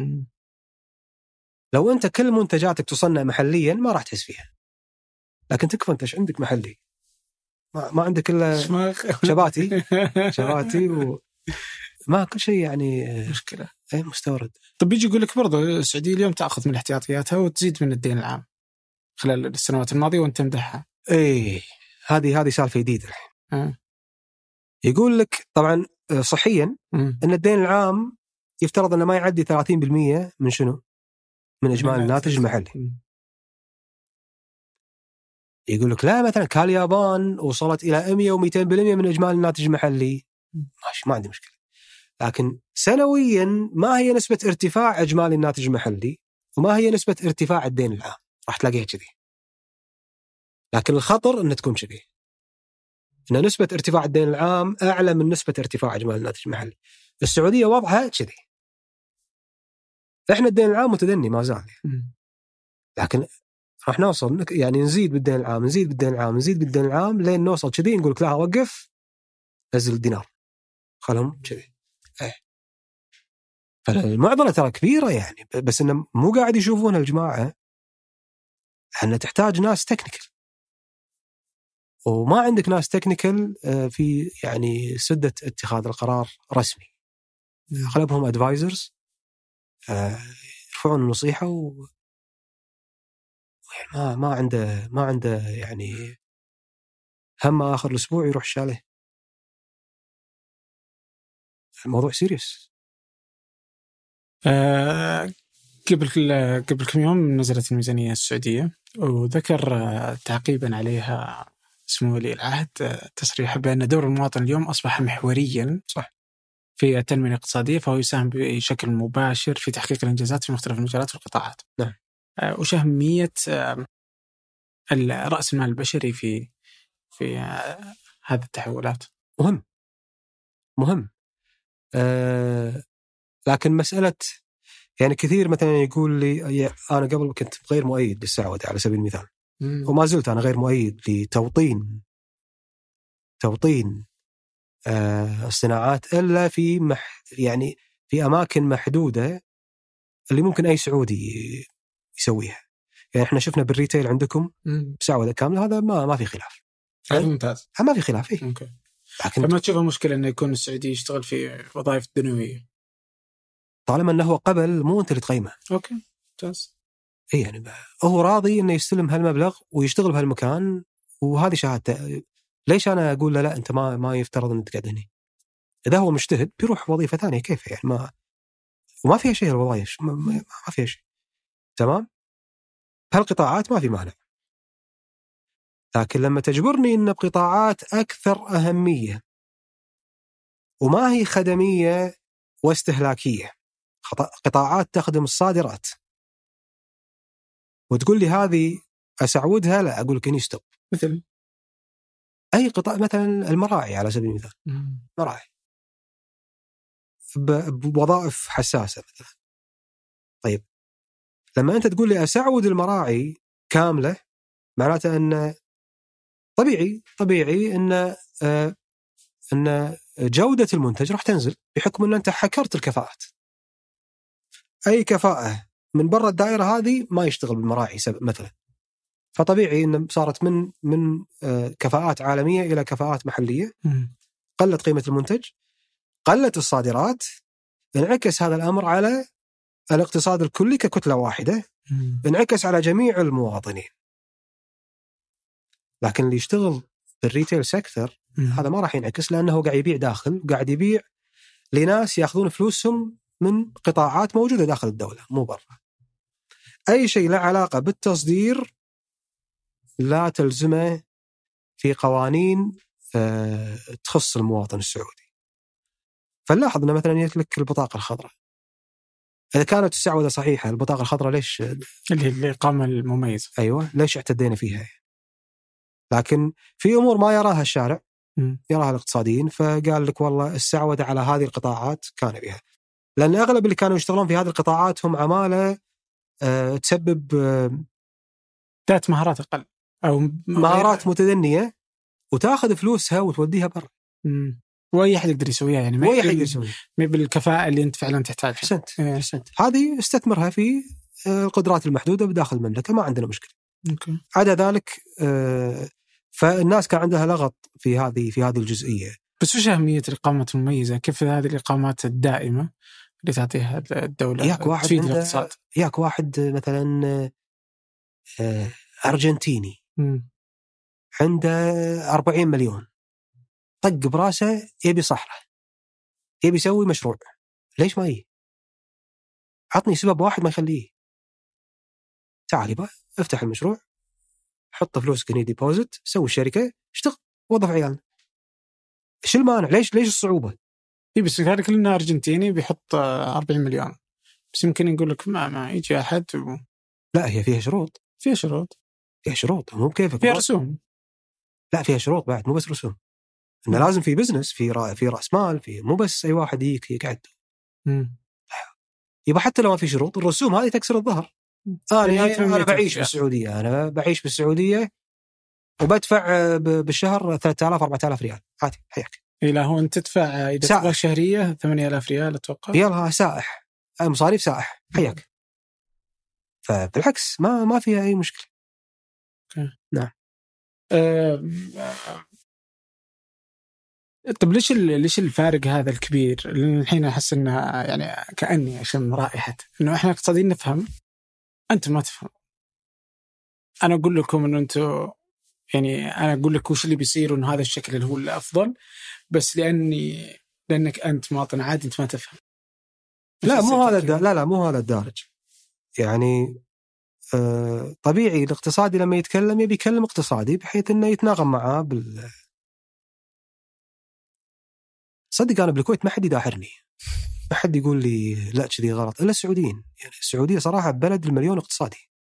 Speaker 2: لو أنت كل منتجاتك تصنع محليا ما راح تحس فيها، لكن تكفى أنت عندك محلي، ما, ما عندك إلا شباتي شباتي وما كل شيء يعني
Speaker 1: مشكلة.
Speaker 2: ايه مستورد.
Speaker 1: طب بيجي يقول لك برضه السعودية اليوم تأخذ من احتياطياتها وتزيد من الدين العام خلال السنوات الماضية وانت تمدحها.
Speaker 2: ايه هذه هذه سالفة جديدة الحين. يقول لك طبعا صحيا
Speaker 1: مم.
Speaker 2: ان الدين العام يفترض انه ما يعدي ثلاثين بالمئة من شنو؟ من اجمالي الناتج المحلي.
Speaker 1: مم.
Speaker 2: يقول لك لا، مثلا كاليابان وصلت الى مئة ومئتين بالمئة من اجمالي الناتج المحلي، ماشي ما عندي مشكله. لكن سنويا ما هي نسبه ارتفاع اجمالي الناتج المحلي وما هي نسبه ارتفاع الدين العام؟ راح تلاقيها كذي. لكن الخطر ان تكون كذي، ان نسبه ارتفاع الدين العام اعلى من نسبه ارتفاع اجمالي الناتج المحلي. السعوديه وضعها كذي، احنا الدين العام متدني ما زال، لكن راح نوصل يعني نزيد بالدين العام نزيد بالدين العام نزيد بالدين العام لين نوصل كذي نقول لك لا وقف، نزل الدينار خلهم كذي. ايه فالمعضله ترى كبيره يعني، بس انه مو قاعد يشوفونها الجماعه ان تحتاج ناس تكنيكال، وما عندك ناس تكنيكال في يعني سده اتخاذ القرار رسمي. اغلبهم ادفايزرز يرفعون النصيحه و ما ما عنده ما عنده يعني هم آخر الأسبوع يروح الشاليه. الموضوع سيريس.
Speaker 1: أه قبل قبل كم يوم نزلت الميزانية السعودية، وذكر أه تعقيبا عليها سمو ولي العهد أه تصريح بأن دور المواطن اليوم أصبح محوريا
Speaker 2: صح
Speaker 1: في التنمية الاقتصادية، فهو يساهم بشكل مباشر في تحقيق الإنجازات في مختلف المجالات والقطاعات.
Speaker 2: نعم.
Speaker 1: أه وش أهمية أه رأس المال البشري في في أه هذه التحولات؟
Speaker 2: مهم مهم أه لكن مسألة يعني كثير مثلا يقول لي أنا قبل كنت غير مؤيد للسعودة على سبيل المثال،
Speaker 1: مم.
Speaker 2: وما زلت أنا غير مؤيد لتوطين توطين أه الصناعات إلا في مح يعني في أماكن محدودة اللي ممكن أي سعودي يسويها. يعني إحنا شفنا بالريتيل عندكم سعودة كاملة، هذا ما ما في خلاف.
Speaker 1: هذا ممتاز،
Speaker 2: ما في خلاف فيه.
Speaker 1: أوكي.
Speaker 2: لكن
Speaker 1: فما تشوف المشكلة إنه يكون السعودي يشتغل في وظائف دنيوية
Speaker 2: طالما أنه هو قبل، مو أنت اللي تقيمه.
Speaker 1: أوكي ممتاز.
Speaker 2: إيه يعني هو راضي إنه يستلم هالمبلغ ويشتغل بهالمكان وهذه شهادته. ليش أنا أقول له لا أنت ما ما يفترض أن تقعد هنا؟ إذا هو مجتهد بيروح وظيفة ثانية كيف يعني، ما وما فيها شيء الوظائف ما, ما فيها شيء. تمام، بهالقطاعات ما في مانع. لكن لما تجبرني إن بقطاعات أكثر أهمية وما هي خدمية واستهلاكية، قطاعات تخدم الصادرات، وتقول لي هذه أسعودها، لا أقول لك إني ستوب.
Speaker 1: مثل
Speaker 2: أي قطاع، مثلا المراعي على سبيل المثال، مراعي بوظائف حساسة مثلا. طيب لما أنت تقول لي أسعود المراعي كاملة، معناته أن طبيعي طبيعي أن آه أن جودة المنتج راح تنزل بحكم أن أنت حكرت الكفاءات. أي كفاءة من برا الدائرة هذه ما يشتغل بالمراعي مثلا، فطبيعي أن صارت من من آه كفاءات عالمية إلى كفاءات محلية، قلت قيمة المنتج، قلت الصادرات، انعكس هذا الأمر على الاقتصاد الكلي ككتلة واحدة، انعكس على جميع المواطنين. لكن اللي يشتغل بالريتيل سيكتور هذا ما راح ينعكس، لأنه قاعد يبيع داخل، قاعد يبيع لناس يأخذون فلوسهم من قطاعات موجودة داخل الدولة مو برا. أي شيء له علاقة بالتصدير لا تلزمه في قوانين أه تخص المواطن السعودي. فنلاحظ أنه مثلا يتلك البطاقة الخضراء، إذا كانت السعودة صحيحة البطاقة الخضراء ليش
Speaker 1: اللي هي الإقامة المميزة،
Speaker 2: أيوة ليش اعتدينا فيها؟ لكن في أمور ما يراها الشارع م. يراها الاقتصاديين، فقال لك والله السعودة على هذه القطاعات كان بها، لأن أغلب اللي كانوا يشتغلون في هذه القطاعات هم عمالة أه تسبب أه
Speaker 1: ذات مهارات أقل أو
Speaker 2: مهارات متدنية وتأخذ فلوسها وتوديها برا،
Speaker 1: وأي أحد يقدر يسويها يعني،
Speaker 2: وأي أحد يسويها
Speaker 1: بالكفاءة اللي أنت فعلا تحتاجها.
Speaker 2: حسنت حسنت هذه استثمرها في القدرات المحدودة بداخل المملكة، ما عندنا مشكلة.
Speaker 1: أوكي.
Speaker 2: عدا ذلك أه فالناس كان عندها لغط في هذه في هذه الجزئية.
Speaker 1: بس وش أهمية الإقامة المميزة؟ كيف هذه الإقامات الدائمة اللي تعطيها الدولة
Speaker 2: ياك واحد
Speaker 1: تفيد الاقتصاد؟
Speaker 2: ياك واحد مثلا أرجنتيني م. عنده أربعين مليون طق براسه يبي صحراء، يبي يسوي مشروع، ليش ما يجي؟ عطني سبب واحد ما يخليه. تعال يبا افتح المشروع، حط فلوسك هني ديبوزيت، سوي الشركة، اشتغل، وظف عيالنا. ايش المانع؟ ليش ليش الصعوبة؟
Speaker 1: إيه بس ذلك لأنه أرجنتيني بيحط أربعين مليون، بس يمكن يقول لك ما ما يجي أحد و...
Speaker 2: لا هي فيها شروط،
Speaker 1: فيها شروط
Speaker 2: فيها شروط مو بكيفك،
Speaker 1: فيها رسوم.
Speaker 2: لا فيها شروط بعد، مو بس رسوم، إنه لازم في بزنس، في را... في رأس مال، في مو بس أي واحد يجيك يقعد. يبقى حتى لو ما في شروط الرسوم هذه تكسر الظهر. آه أنا, أنا بعيش بالسعودية، أنا بعيش بالسعودية وبدفع بالشهر ثلاثة آلاف أربعة آلاف ريال، عادي حياك.
Speaker 1: إلا هو أنت تدفع إذا تبغى شهرية ثمانية آلاف ريال أتوقع.
Speaker 2: ريالها سائح، مصاريف سائح حياك. فبالعكس ما ما فيها أي مشكلة.
Speaker 1: أوكي.
Speaker 2: نعم.
Speaker 1: أه... طب ليش ليش الفارق هذا الكبير؟ لأن الحين أحس إنها يعني كأني أشم رائحة إنه إحنا اقتصاديين نفهم، أنتم ما تفهم. أنا أقول لكم إنه أنتم يعني أنا أقول لك وش اللي بيصير وإنه هذا الشكل اللي هو الأفضل، بس لأني لأنك أنت مواطن عادي أنت ما تفهم.
Speaker 2: لا مو هذا الدارج. لا لا مو هذا الدارج. يعني آه طبيعي الاقتصادي لما يتكلم يبي يكلم اقتصادي بحيث إنه يتناغم معاه بال. صدق أنا بالكويت ما حد يداحرني، ما حد يقول لي لا كذي غلط إلا السعوديين. يعني السعودية صراحة بلد المليون اقتصادي.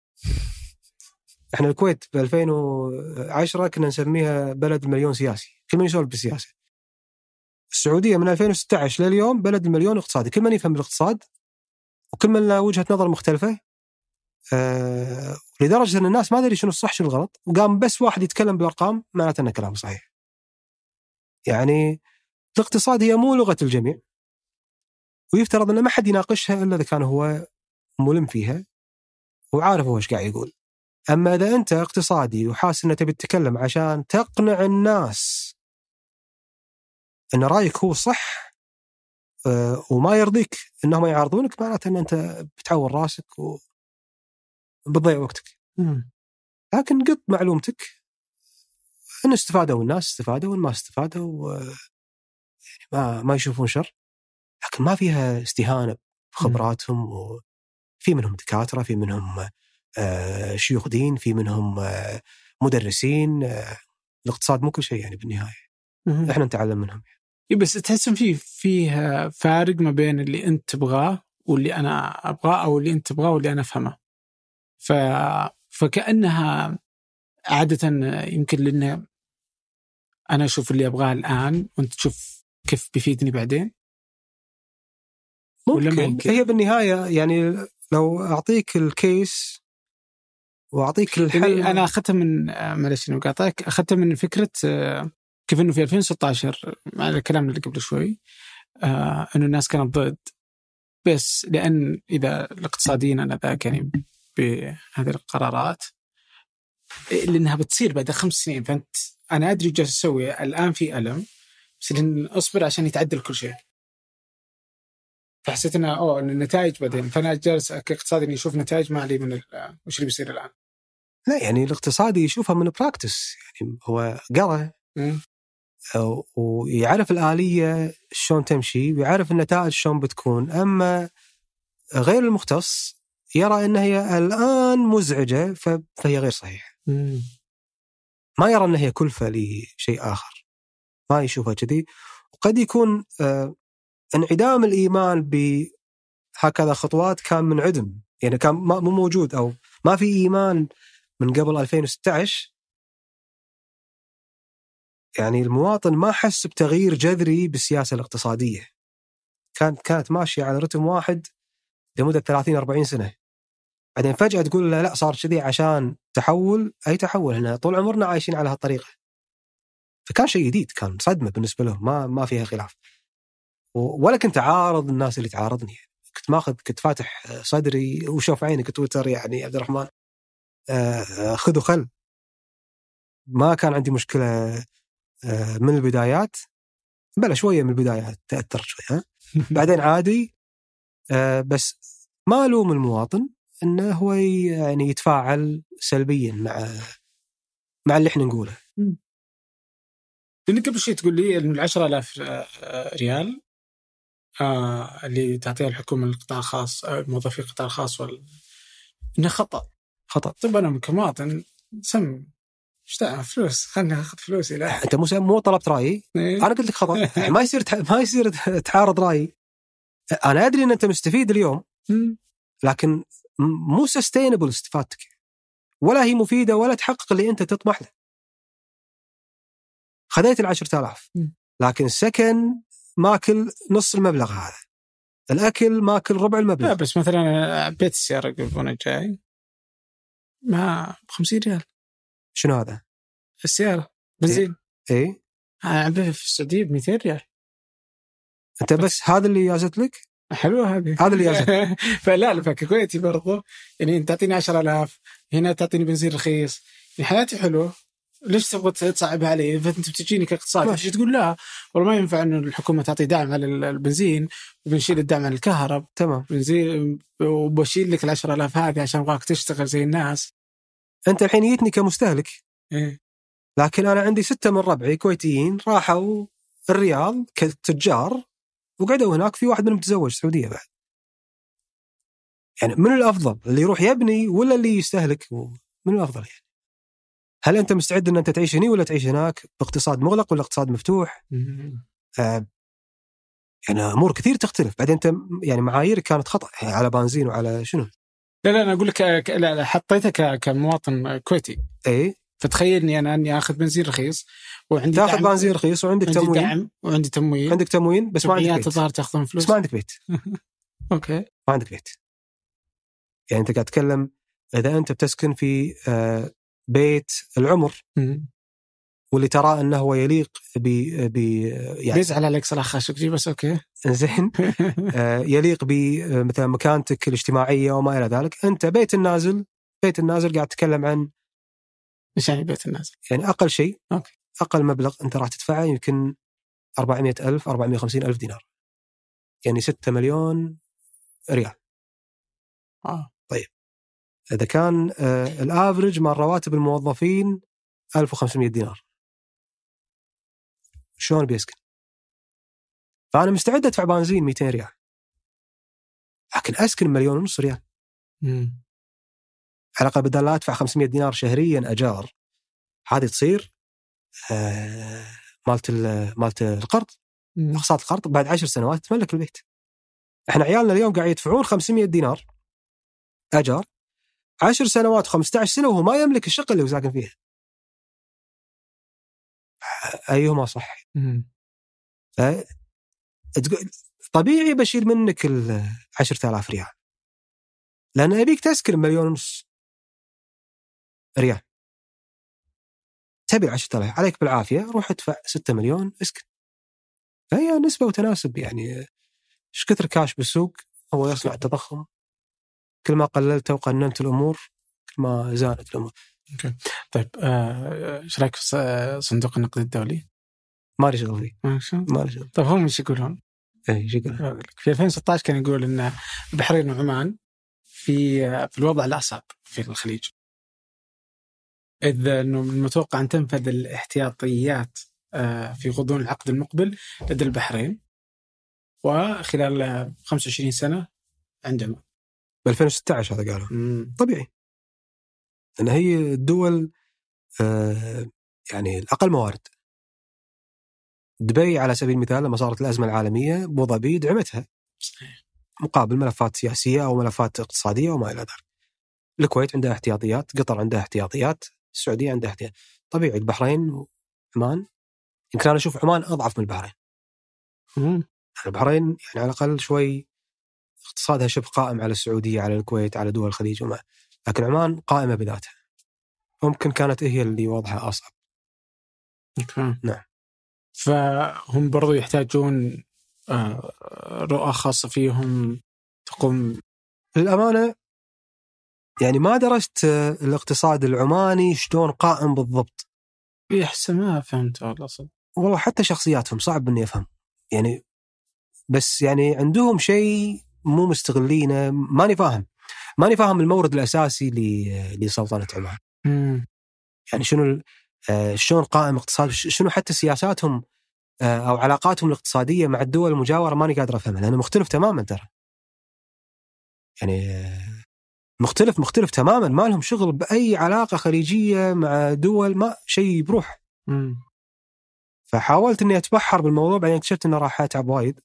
Speaker 2: إحنا الكويت ب ألفين وعشرة كنا نسميها بلد المليون سياسي، كل من يسولف بالسياسة. السعودية من ألفين وستة عشر لليوم بلد المليون اقتصادي، كل من يفهم بالاقتصاد وكل من له وجهة نظر مختلفة. أه لدرجة أن الناس ما أدري شنو الصح شنو الغلط، وقام بس واحد يتكلم بالأرقام معناته أنه كلام صحيح. يعني الاقتصاد هي مو لغة الجميع، ويفترض أن ما حد يناقشها إلا إذا كان هو ملم فيها وعارف هو إيش قاعد يقول. أما إذا أنت اقتصادي وحاس أنك تبي تتكلم عشان تقنع الناس أن رأيك هو صح أه وما يرضيك أنهم يعارضونك، معناته أن أنت بتعور راسك وبتضيع وقتك.
Speaker 1: مم.
Speaker 2: لكن قط معلومتك أن استفادوا الناس استفادوا، وإن ما استفادوا يعني ما ما يشوفون شر، لكن ما فيها استهانة بخبراتهم. وفي منهم دكاترة، في منهم آه شيوخ دين، في منهم آه مدرسين. آه الاقتصاد مو كل شيء يعني بالنهاية.
Speaker 1: مم.
Speaker 2: إحنا نتعلم منهم.
Speaker 1: بس تحسن فيه فيه فارق ما بين اللي أنت تبغاه واللي أنا أبغاه، أو اللي أنت تبغاه واللي أنا أفهمه. ف فكأنها عادة يمكن لأن أنا أشوف اللي أبغاه الآن وأنت تشوف كيف بيفيدني بعدين.
Speaker 2: ممكن هي بالنهاية يعني لو أعطيك الكيس وأعطيك الحل.
Speaker 1: أنا أخذتها من معلش نقاطعك، أخذتها من فكرة كيف إنه في ألفين وستة عشر مع الكلام اللي قبل شوي آه إنه الناس كانت ضد، بس لأن إذا الاقتصاديين أنا ذاك يعني بهذه القرارات لأنها بتصير بعد خمس سنين، فأنت أنا أدري جالس أسوي الآن في ألم، بس لأن أصبر عشان يتعدل كل شيء. فحسيت إنه أوه إن النتائج بعدين، فأنا جالس كاقتصادي إني أشوف نتائج ما علي من وش اللي بيصير الآن.
Speaker 2: لا يعني الاقتصادي يشوفها من براكتس، يعني هو قرأ ويعرف الآلية شلون تمشي ويعرف النتائج شلون بتكون. أما غير المختص يرى أنها هي الآن مزعجة فهي غير صحيحة.
Speaker 1: مم.
Speaker 2: ما يرى أنها هي كلفة لشيء آخر، ما يشوفها كذي. وقد يكون آه انعدام الإيمان بهكذا خطوات كان منعدم، يعني كان مو موجود أو ما في إيمان من قبل ألفين وستة عشر. يعني المواطن ما حس بتغيير جذري بالسياسة الاقتصادية، كانت كانت ماشية على رتم واحد لمدة ثلاثين أربعين سنة. بعدين فجأة تقول لا, لا صار كذي عشان تحول. أي تحول؟ هنا طول عمرنا عايشين على هالطريقة. فكان شيء جديد، كان صدمة بالنسبة له، ما ما فيها خلاف. ولا كنت عارض الناس اللي تعارضني، كنت ماخذ كنت فاتح صدري وشوف عينك تويتر يعني عبد الرحمن خذ وخل. ما كان عندي مشكلة من البدايات، بلا شوية من البدايات تأثر شوية بعدين عادي. بس ما ألوم المواطن إنه هو يعني يتفاعل سلبيا مع مع اللي إحنا نقوله.
Speaker 1: لأن قبل شيء تقول لي إنه العشرة آلاف ريال آه اللي تعطيها الحكومة للقطاع الخاص، آه موظفي القطاع الخاص وال... إنه خطأ خطأ. طيب أنا كمواطن سم اشتاق فلوس، خلني أخذ فلوسي. لا
Speaker 2: أنت مو مو طلبت رأيي.
Speaker 1: إيه؟
Speaker 2: أنا قلت لك خطأ. ما يصير ما يصير تعارض رأيي. أنا أدري إن أنت مستفيد اليوم، لكن مو سستينبل استفادتك، ولا هي مفيدة ولا تحقق اللي أنت تطمح له. خذيت العشرة آلاف، لكن السكن ماكل نص المبلغ هذا، الأكل ماكل ربع المبلغ.
Speaker 1: لا بس مثلا بيت السيارة قبل وانا جاي ما بخمسين ريال.
Speaker 2: شنو هذا؟
Speaker 1: السيارة بنزين.
Speaker 2: إيه؟
Speaker 1: أنا في السعودية بمئتين ريال.
Speaker 2: أنت بس, بس هذا اللي يازت لك؟
Speaker 1: حلوة هذه.
Speaker 2: هذا اللي يازت.
Speaker 1: فلا لا كويتي برضو يعني أنت تعطيني عشرة آلاف هنا تعطيني بنزين رخيص، يعني حياتي حلوة، ليش تبغى تصعبها علي؟ فأنت بتجيني كاقتصاد ماشي تقول لا والله ما ينفع إنه الحكومة تعطي دعم على البنزين وبنشيل الدعم على الكهرب.
Speaker 2: تمام.
Speaker 1: بنزين وبشيل لك العشرة آلاف هذه عشان أبغاك تشتغل زي الناس.
Speaker 2: أنت الحين جيتني كمستهلك.
Speaker 1: إيه.
Speaker 2: لكن أنا عندي ستة من ربعي كويتيين راحوا الرياض كتجار وقعدوا هناك، في واحد منهم متزوج سعودية بعد. يعني من الأفضل اللي يروح يبني ولا اللي يستهلك؟ من الأفضل يعني. هل أنت مستعد أن أنت تعيش هنا ولا تعيش هناك باقتصاد مغلق ولا اقتصاد مفتوح؟ آه يعني أمور كثير تختلف. بعدين أنت يعني معاييرك كانت خطأ على بنزين وعلى شنو؟
Speaker 1: لا لا أنا أقول لك لا لا حطيتها كمواطن كويتي.
Speaker 2: إيه.
Speaker 1: فتخيلني أنا أني أخذ بنزين رخيص وعندي
Speaker 2: تأخذ بنزين رخيص وعندك تموين.
Speaker 1: دعم وعندي تموين.
Speaker 2: عندك تموين بس ما عندك بيت.
Speaker 1: تظهر تأخذون فلوس.
Speaker 2: بس ما عندك بيت.
Speaker 1: أوكي.
Speaker 2: ما عندك بيت. يعني أنت قاعد تتكلم إذا أنت بتسكن في آه بيت العمر
Speaker 1: م-
Speaker 2: واللي ترى أنه هو يليق ب ب
Speaker 1: يعني بيزعل عليك صلاح خاشقجي بس أوكي
Speaker 2: زين. آه يليق بمثلا مكانتك الاجتماعية وما إلى ذلك. أنت بيت النازل بيت النازل قاعد تتكلم عن
Speaker 1: إيش يعني بيت النازل؟
Speaker 2: يعني أقل شيء
Speaker 1: أوكي.
Speaker 2: أقل مبلغ أنت راح تدفعه يمكن أربعمائة ألف أربعمائة وخمسين ألف دينار، يعني ستة مليون ريال.
Speaker 1: آه.
Speaker 2: طيب إذا كان آه الآفرج مع رواتب الموظفين ألف وخمسمائة دينار، شلون بيسكن؟ فأنا مستعد أدفع بنزين مئتين ريال لكن أسكن مليون ونص ريال.
Speaker 1: مم.
Speaker 2: على الأقل بدل لا أدفع خمسمائة دينار شهريا أجار، هذه تصير آه مالت مالت القرض، أقساط القرض. بعد عشر سنوات تملك البيت. إحنا عيالنا اليوم قاعد يدفعون خمسمائة دينار أجار عشر سنوات وخمسة عشر سنة وهو ما يملك الشقة اللي هو ساكن فيها. أيهما صح؟ طبيعي بشيل منك العشرة آلاف ريال لأن أبيك تسكن مليون ونص ريال. تبي العشرة آلاف عليك بالعافية، روح ادفع ستة مليون اسكن. فهي نسبة وتناسب. يعني إيش كثر كاش بالسوق هو يصنع التضخم. كل ما قللت وقننت الأمور كل ما زادت الأمور.
Speaker 1: أوكي. طيب إيش رأيك في صندوق النقد الدولي؟
Speaker 2: ما لي شغل فيه.
Speaker 1: ما لي شغل. طيب هم إيش يقولون؟
Speaker 2: إيه إيش يقولون؟
Speaker 1: في ألفين وستة عشر كان يقول إن البحرين وعمان في في الوضع الأصعب في الخليج، إذ أنه من المتوقع أن تنفذ الاحتياطيات في غضون العقد المقبل لدى البحرين وخلال خمسة وعشرين سنة عندما
Speaker 2: ب ألفين وستة عشر هذا قالوا. طبيعي أن هي الدول آه يعني الأقل موارد. دبي على سبيل المثال لما صارت الأزمة العالمية أبو ظبي دعمتها مقابل ملفات سياسية أو ملفات اقتصادية وما إلى ذلك. الكويت عندها احتياطيات، قطر عندها احتياطيات، السعودية عندها احتياطيات. طبيعي البحرين وعمان، يمكن أنا أشوف عمان أضعف من البحرين.
Speaker 1: مم.
Speaker 2: البحرين يعني على الأقل شوي اقتصادها شبه قائم على السعودية على الكويت على دول الخليج وما، لكن عمان قائمة بذاتها. ممكن كانت هي اللي وضعها أصعب. نعم.
Speaker 1: فهم برضو يحتاجون رؤى خاصة فيهم تقوم.
Speaker 2: للأمانة يعني ما درست الاقتصاد العماني شلون قائم بالضبط.
Speaker 1: يحس ما فهمت والله صدق.
Speaker 2: والله حتى شخصياتهم صعب إني أفهم يعني، بس يعني عندهم شيء مو مستغلينه. ماني فاهم ماني فاهم المورد الأساسي لسلطنة عمان.
Speaker 1: مم.
Speaker 2: يعني شنو آه شلون قائم اقتصاد، شنو حتى سياساتهم آه أو علاقاتهم الاقتصادية مع الدول المجاورة ماني قادر أفهمها، لأنه مختلف تماما ترى. يعني آه مختلف مختلف تماما، ما لهم شغل بأي علاقة خليجية مع دول، ما شيء بروح.
Speaker 1: م.
Speaker 2: فحاولت إني أتبحر بالموضوع، بعدين اكتشفت إنه راح أتعب وايد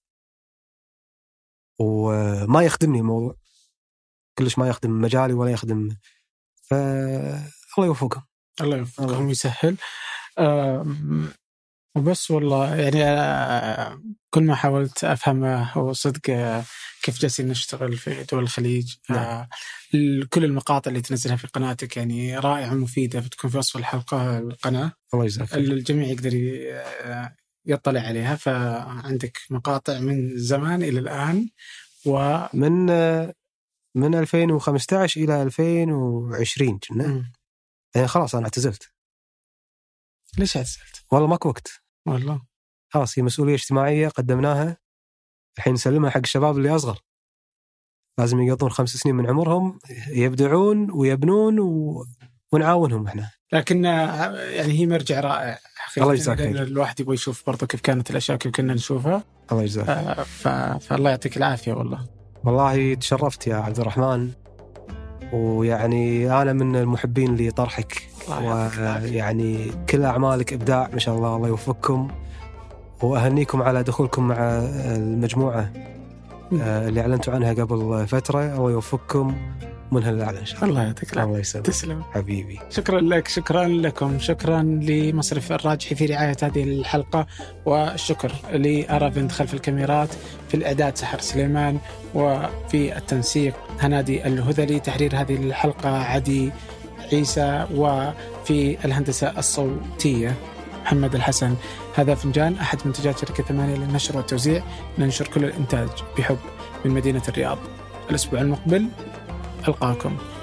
Speaker 2: وما يخدمني الموضوع كلش، ما يخدم مجالي ولا يخدم. فالله يوفقهم.
Speaker 1: الله يوفقهم ويسهل. أه وبس والله يعني أه كل ما حاولت أفهمه هو صدق أه كيف جالسين نشتغل في دول الخليج. أه كل المقاطع اللي تنزلها في قناتك يعني رائعة ومفيدة، بتكون في وصف الحلقة القناة،
Speaker 2: الله يجزاك،
Speaker 1: الجميع يقدر يطلع عليها. فعندك مقاطع من زمان إلى الآن،
Speaker 2: ومن من ألفين وخمسة عشر إلى ألفين وعشرين كنا يعني خلاص أنا اعتزلت.
Speaker 1: ليش اعتزلت؟
Speaker 2: والله ماكو وقت،
Speaker 1: والله
Speaker 2: خلاص هي مسؤولية اجتماعية قدمناها، الحين نسلمها حق الشباب اللي أصغر، لازم يقضون خمس سنين من عمرهم يبدعون ويبنون و... ونعاونهم احنا.
Speaker 1: لكن يعني هي مرجع رائع
Speaker 2: الله يجزاك خير.
Speaker 1: الواحد يبغى يشوف برضو كيف كانت الأشياء كيف كنا نشوفها.
Speaker 2: الله يجزاك.
Speaker 1: آه ف... فالله يعطيك العافية. والله
Speaker 2: والله تشرفت يا عبد الرحمن، ويعني أنا من المحبين لطرحك، ويعني كل أعمالك إبداع ما شاء الله. الله يوفقكم وأهنيكم على دخولكم مع المجموعة اللي أعلنتوا عنها قبل فترة. الله يوفقكم منها للأعلى إن شاء الله.
Speaker 1: الله يعطيك العافية.
Speaker 2: الله يسلمك.
Speaker 1: تسلم
Speaker 2: حبيبي.
Speaker 1: شكرا لك، شكرا لكم، شكرا لمصرف الراجحي في رعاية هذه الحلقة، والشكر لأرافند خلف الكاميرات، في الإعداد سحر سليمان، وفي التنسيق هنادي الهذلي، تحرير هذه الحلقة عدي عيسى، وفي الهندسة الصوتية محمد الحسن. هذا فنجان، أحد منتجات شركة ثمانية للنشر والتوزيع، ننشر كل الإنتاج بحب من مدينة الرياض. الأسبوع المقبل ألقاكم.